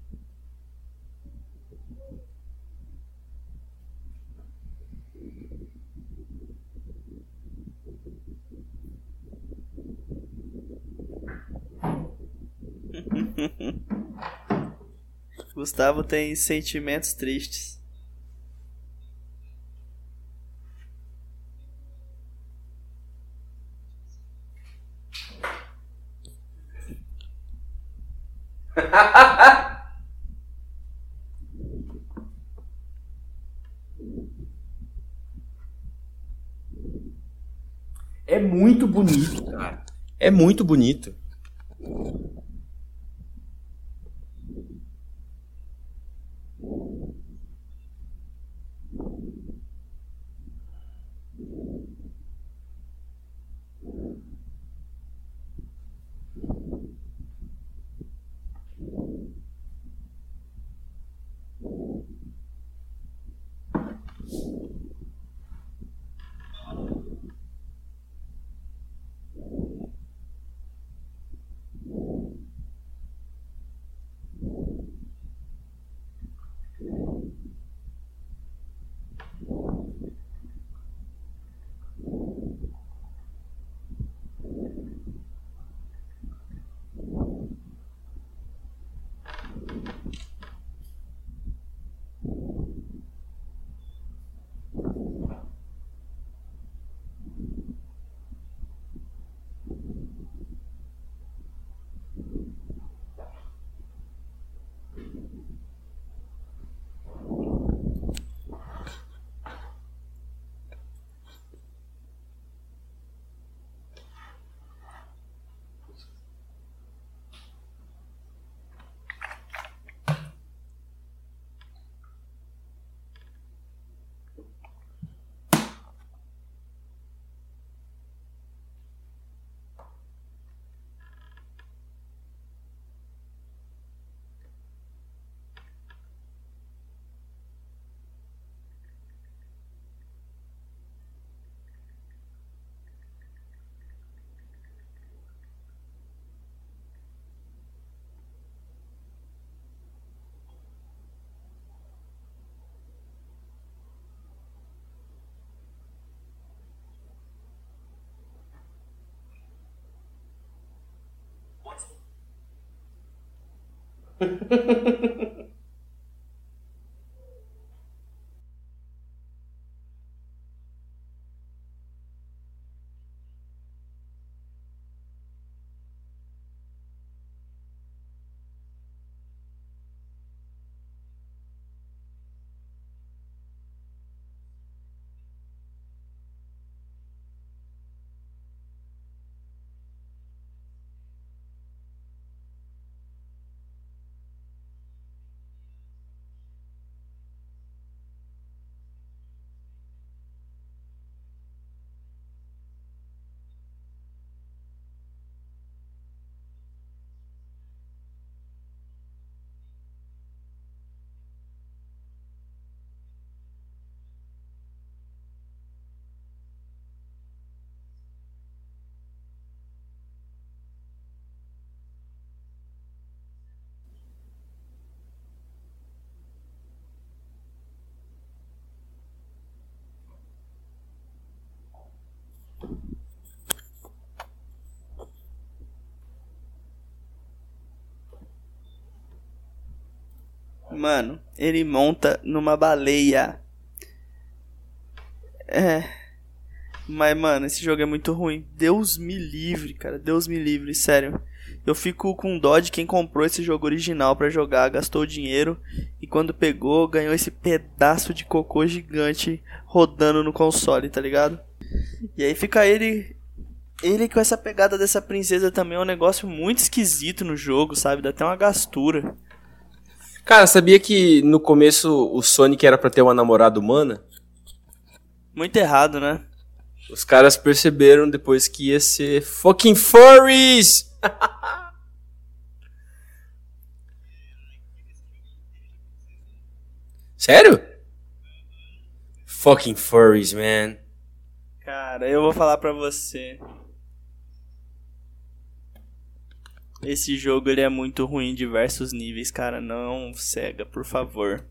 Speaker 2: Gustavo tem sentimentos tristes.
Speaker 3: É muito bonito, cara. É muito bonito.
Speaker 2: Mano, ele monta numa baleia. É. Mas, mano, esse jogo é muito ruim. Deus me livre, cara. Deus me livre, sério. Eu fico com dó de quem comprou esse jogo original pra jogar, gastou dinheiro e quando pegou, ganhou esse pedaço de cocô gigante rodando no console, tá ligado? E aí fica ele... Ele com essa pegada dessa princesa também é um negócio muito esquisito no jogo, sabe? Dá até uma gastura.
Speaker 3: Cara, sabia que no começo o Sonic era pra ter uma namorada humana?
Speaker 2: Muito errado, né?
Speaker 3: Os caras perceberam depois que ia ser fucking furries! Sério? Fucking furries, man.
Speaker 2: Cara, eu vou falar pra você. Esse jogo ele é muito ruim em diversos níveis, cara. Não cega, por favor.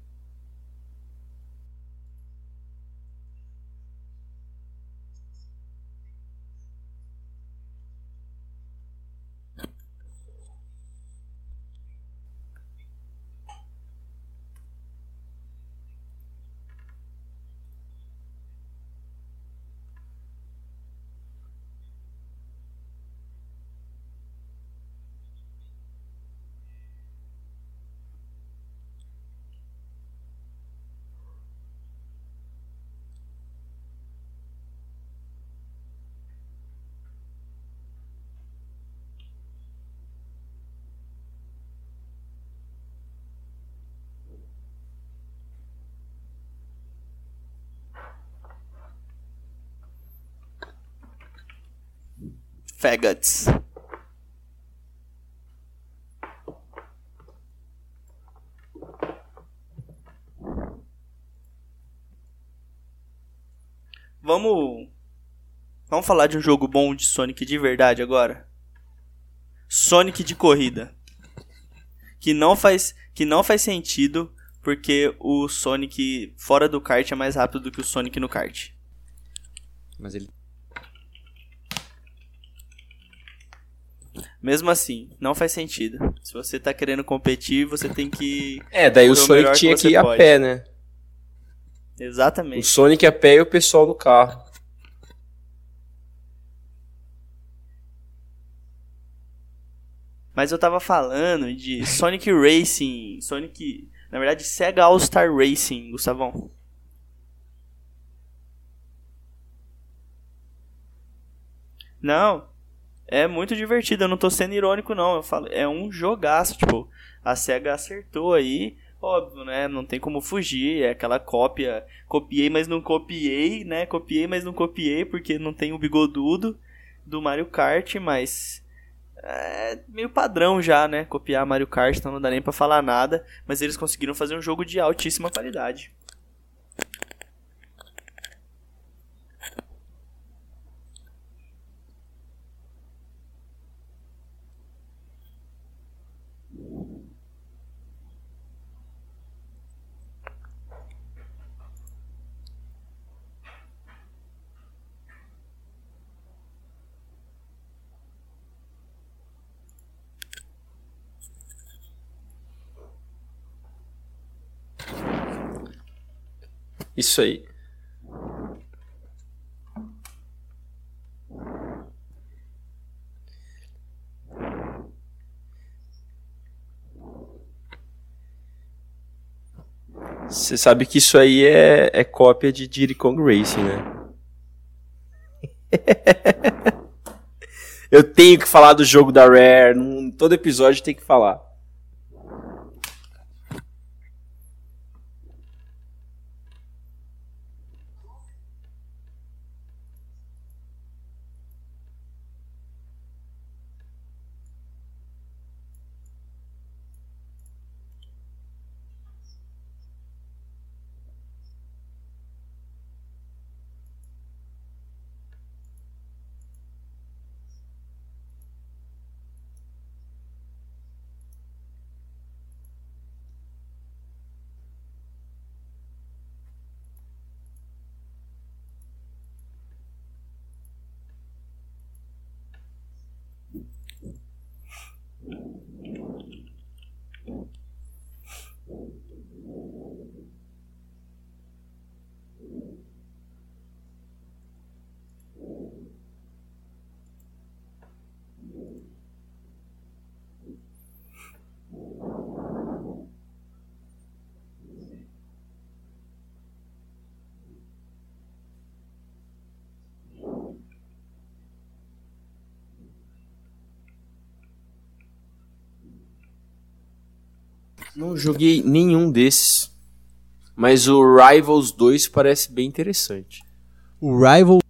Speaker 2: Faggots. Vamos. Vamos falar de um jogo bom de Sonic de verdade agora? Sonic de corrida. Que não faz, que não faz sentido porque o Sonic fora do kart é mais rápido do que o Sonic no kart.
Speaker 1: Mas ele...
Speaker 2: Mesmo assim, não faz sentido. Se você tá querendo competir, você tem que...
Speaker 3: É, daí o
Speaker 2: ser
Speaker 3: Sonic
Speaker 2: melhor
Speaker 3: tinha
Speaker 2: que
Speaker 3: que ir
Speaker 2: você
Speaker 3: a
Speaker 2: pode.
Speaker 3: pé, né? O
Speaker 2: Exatamente.
Speaker 3: Sonic a pé e o pessoal no carro.
Speaker 2: Mas eu tava falando de Sonic Racing. Sonic... Na verdade, Sega All-Star Racing, Gustavão. Não... É muito divertido, eu não tô sendo irônico não, eu falo, é um jogaço, tipo, a SEGA acertou aí, óbvio, né, não tem como fugir, é aquela cópia, copiei, mas não copiei, né, copiei, mas não copiei, porque não tem o bigodudo do Mario Kart, mas é meio padrão já, né, copiar Mario Kart, então não dá nem pra falar nada, mas eles conseguiram fazer um jogo de altíssima qualidade.
Speaker 3: Isso aí. Você sabe que isso aí é, é cópia de Diddy Kong Racing, né? Eu tenho que falar do jogo da Rare. Num, todo episódio tem que falar. Não joguei nenhum desses. Mas o Rivals dois parece bem interessante.
Speaker 1: O Rival...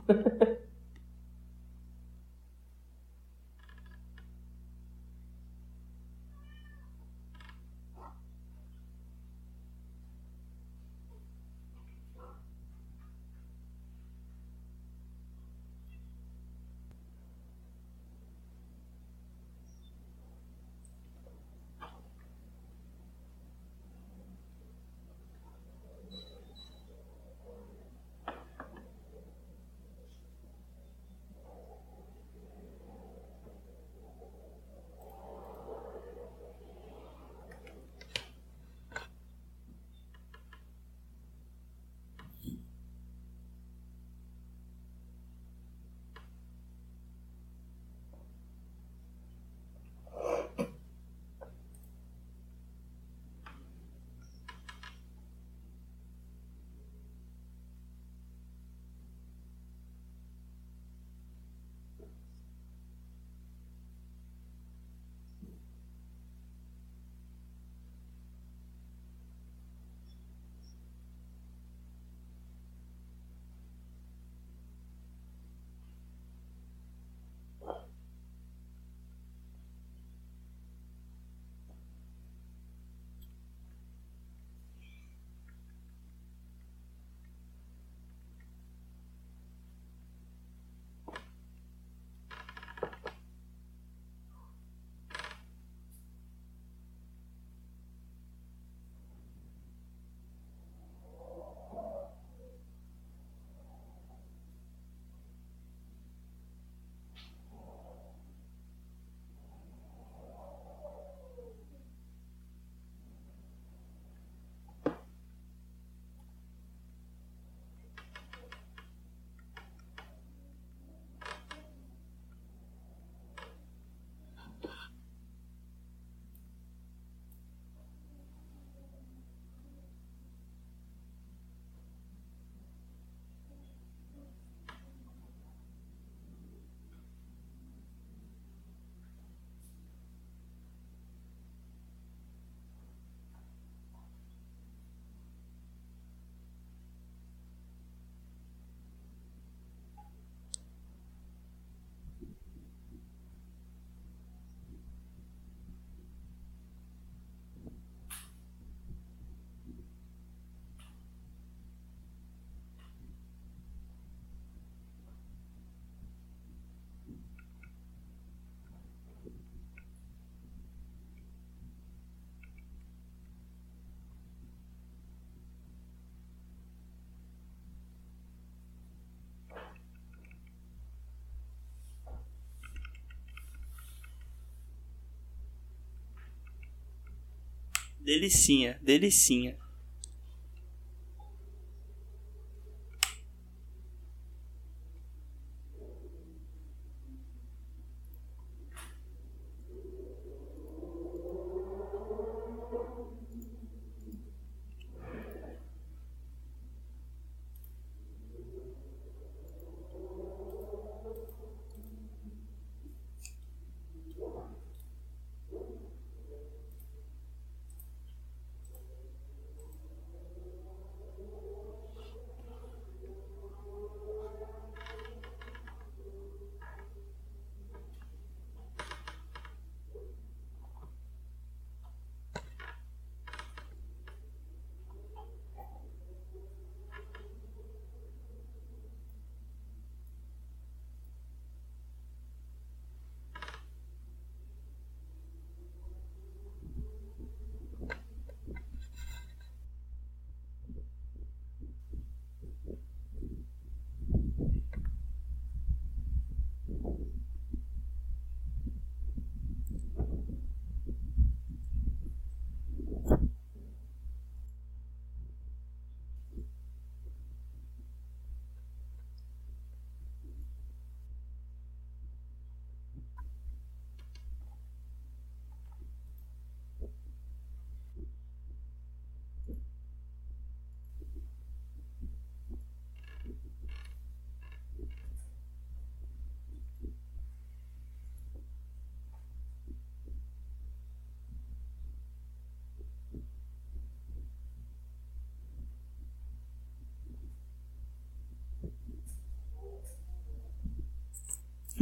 Speaker 2: Delicinha, delicinha.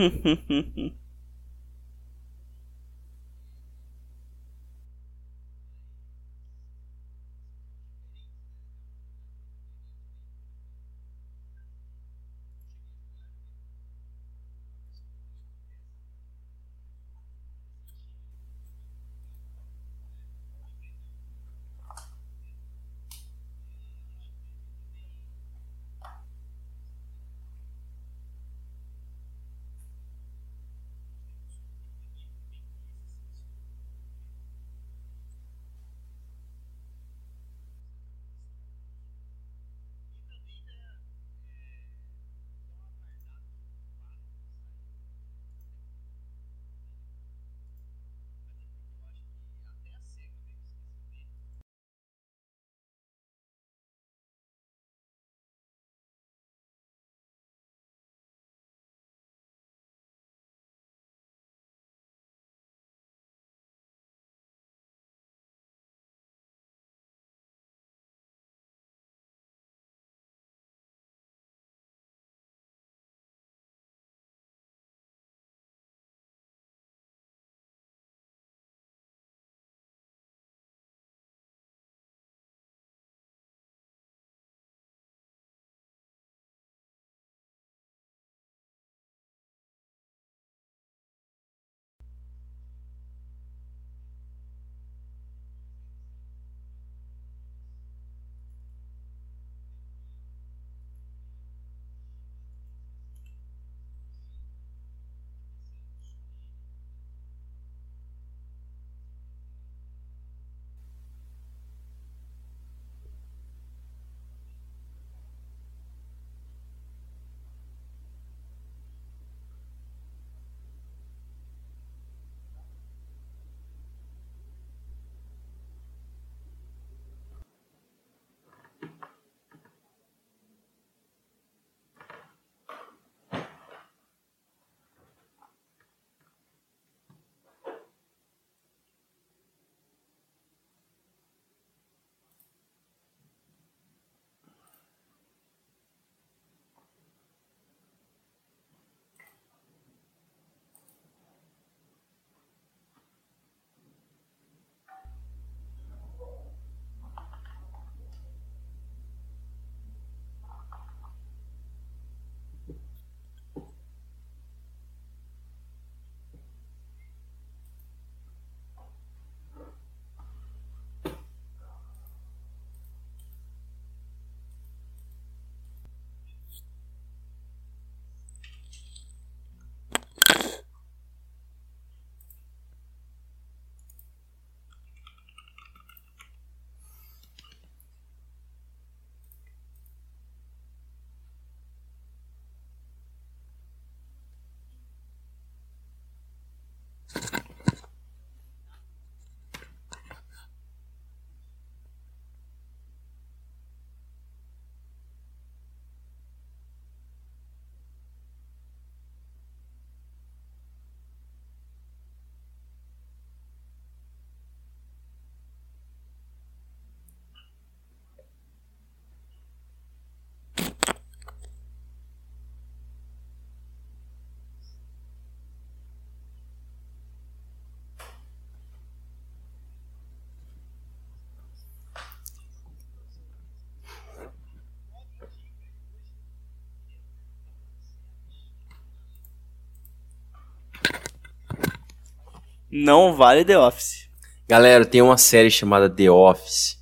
Speaker 2: Não vale The Office.
Speaker 3: Galera, tem uma série chamada The Office.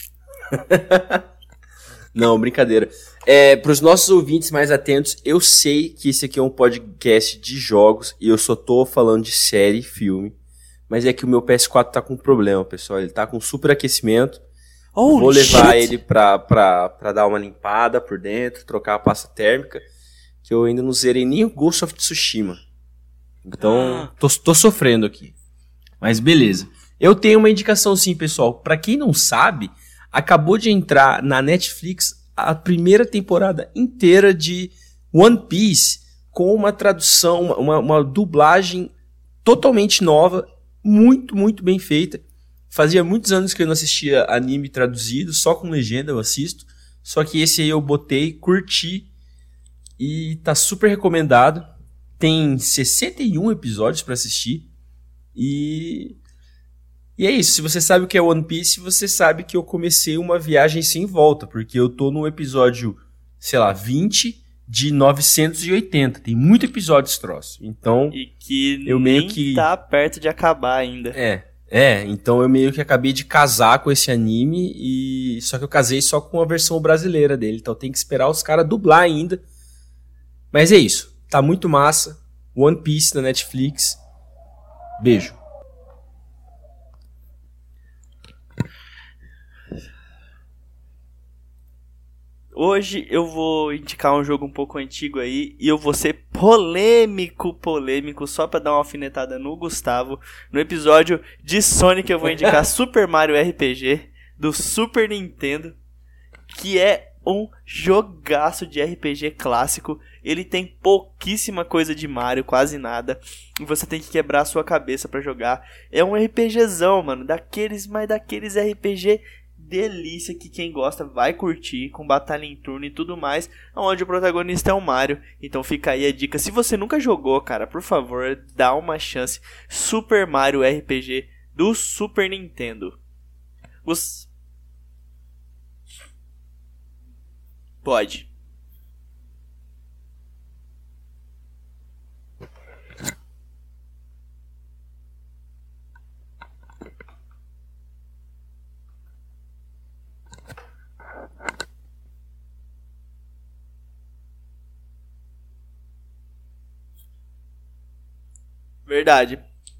Speaker 3: Não, brincadeira. É, para os nossos ouvintes mais atentos, eu sei que esse aqui é um podcast de jogos e eu só tô falando de série e filme. Mas é que o meu P S quatro tá com um problema, pessoal. Ele tá com superaquecimento.
Speaker 2: Oh,
Speaker 3: Vou levar
Speaker 2: shit.
Speaker 3: ele pra, pra, pra dar uma limpada por dentro, trocar a pasta térmica, que eu ainda não zerei nem o Ghost of Tsushima. Então,
Speaker 2: Ah.
Speaker 3: tô, tô sofrendo aqui. Mas beleza. Eu tenho uma indicação sim, pessoal. Pra quem não sabe, acabou de entrar na Netflix a primeira temporada inteira de One Piece, com uma tradução, uma, uma dublagem totalmente nova, muito, muito bem feita. Fazia muitos anos que eu não assistia anime traduzido, só com legenda eu assisto. Só que esse aí eu botei, curti e tá super recomendado. tem sessenta e um episódios pra assistir. E... E é isso, se você sabe o que é One Piece, você sabe que eu comecei uma viagem sem volta, porque eu tô no episódio, sei lá, vinte de novecentos e oitenta. Tem muito episódio esse troço. Então,
Speaker 2: E que
Speaker 3: eu
Speaker 2: nem
Speaker 3: meio que...
Speaker 2: tá perto de acabar ainda.
Speaker 3: É, é, então eu meio que acabei de casar com esse anime, e só que eu casei só com a versão brasileira dele, então tem que esperar os caras dublar ainda. Mas é isso, tá muito massa. One Piece na Netflix. Beijo.
Speaker 2: Hoje eu vou indicar um jogo um pouco antigo aí e eu vou ser polêmico, polêmico, só pra dar uma alfinetada no Gustavo. No episódio de Sonic eu vou indicar Super Mario R P G do Super Nintendo, que é um jogaço de R P G clássico. Ele tem pouquíssima coisa de Mario, quase nada, e você tem que quebrar a sua cabeça pra jogar. É um RPGzão, mano, daqueles, mas daqueles R P G delícia que quem gosta vai curtir, com batalha em turno e tudo mais, onde o protagonista é o Mario. Então fica aí a dica, se você nunca jogou, cara, por favor, dá uma chance. Super Mario R P G do Super Nintendo. Os... Pode. Verdade.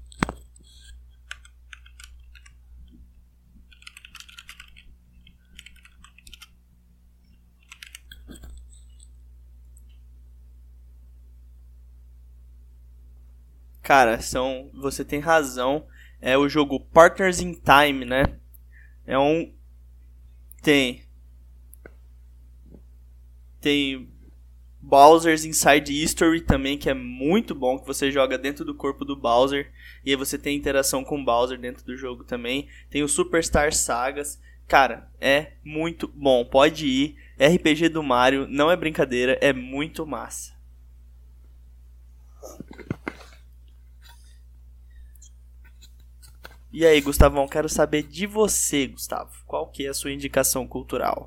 Speaker 2: Cara, são, você tem razão. É o jogo Partners in Time, né? É um tem tem Bowser's Inside History também, que é muito bom, que você joga dentro do corpo do Bowser e aí você tem interação com o Bowser dentro do jogo também. Tem o Superstar Sagas. Cara, é muito bom. Pode ir. R P G do Mario, não é brincadeira, é muito massa. E aí, Gustavão, quero saber de você, Gustavo. Qual que é a sua indicação cultural?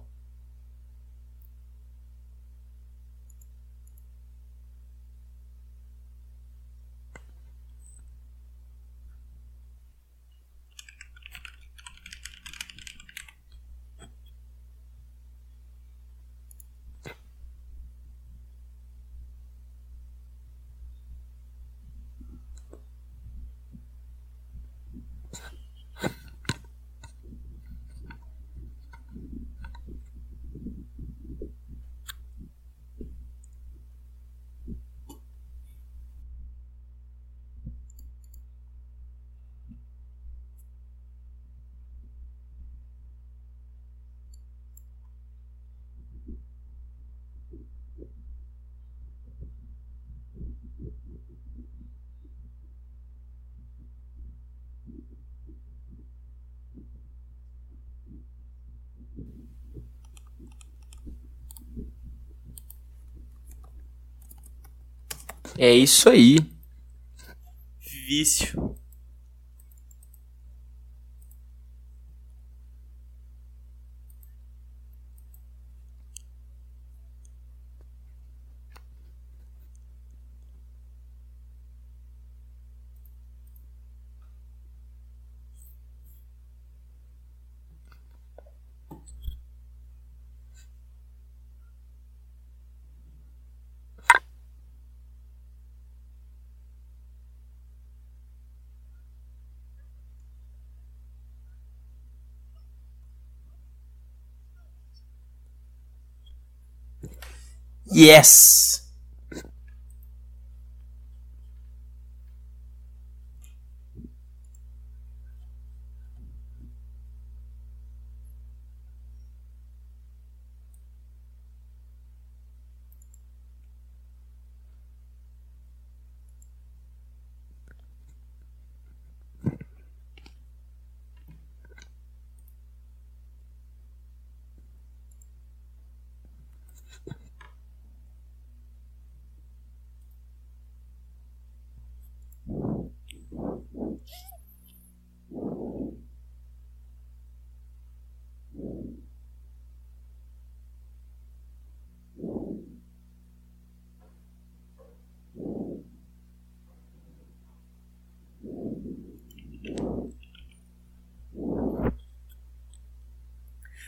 Speaker 3: É isso aí.
Speaker 2: Vício.
Speaker 3: Yes!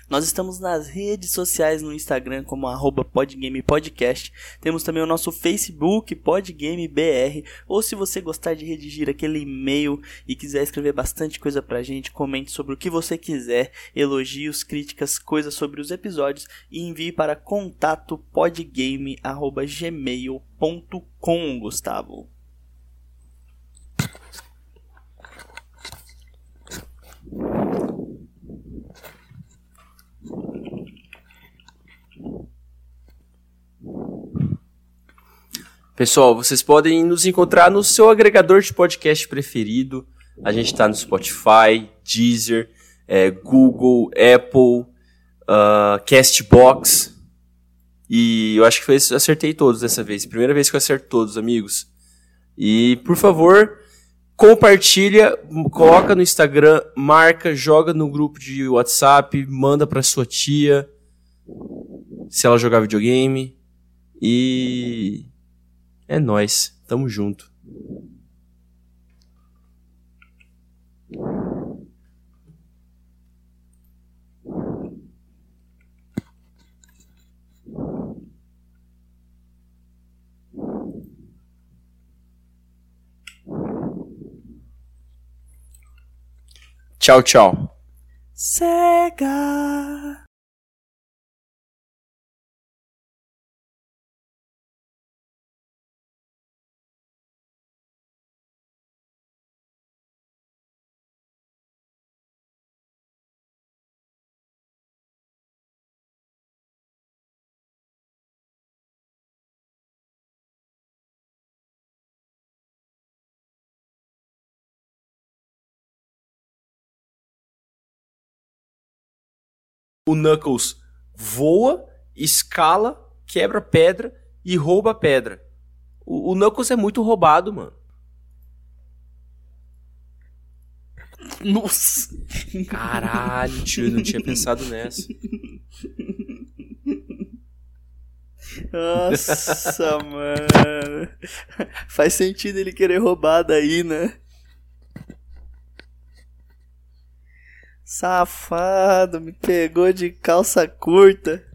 Speaker 2: Nós estamos nas redes sociais no Instagram como arroba podgamepodcast. Temos também o nosso Facebook, podgamebr. Ou se você gostar de redigir aquele e-mail e quiser escrever bastante coisa pra gente, comente sobre o que você quiser, elogios, críticas, coisas sobre os episódios e envie para contato podgame arroba gmail ponto com, Gustavo.
Speaker 3: Pessoal, vocês podem nos encontrar no seu agregador de podcast preferido. A gente está no Spotify, Deezer, é, Google, Apple, uh, Castbox. E eu acho que foi, acertei todos dessa vez. Primeira vez que eu acerto todos, amigos. E, por favor, compartilha, coloca no Instagram, marca, joga no grupo de WhatsApp, manda pra sua tia, se ela jogar videogame. E... é nóis, tamo junto. Tchau, tchau.
Speaker 2: Sega.
Speaker 3: O Knuckles voa, escala, quebra pedra e rouba pedra. O, o Knuckles é muito roubado, mano.
Speaker 2: Nossa.
Speaker 3: Caralho, tio, eu não tinha pensado nessa.
Speaker 2: Nossa, mano. Faz sentido ele querer roubar daí, né? Safado, me pegou de calça curta.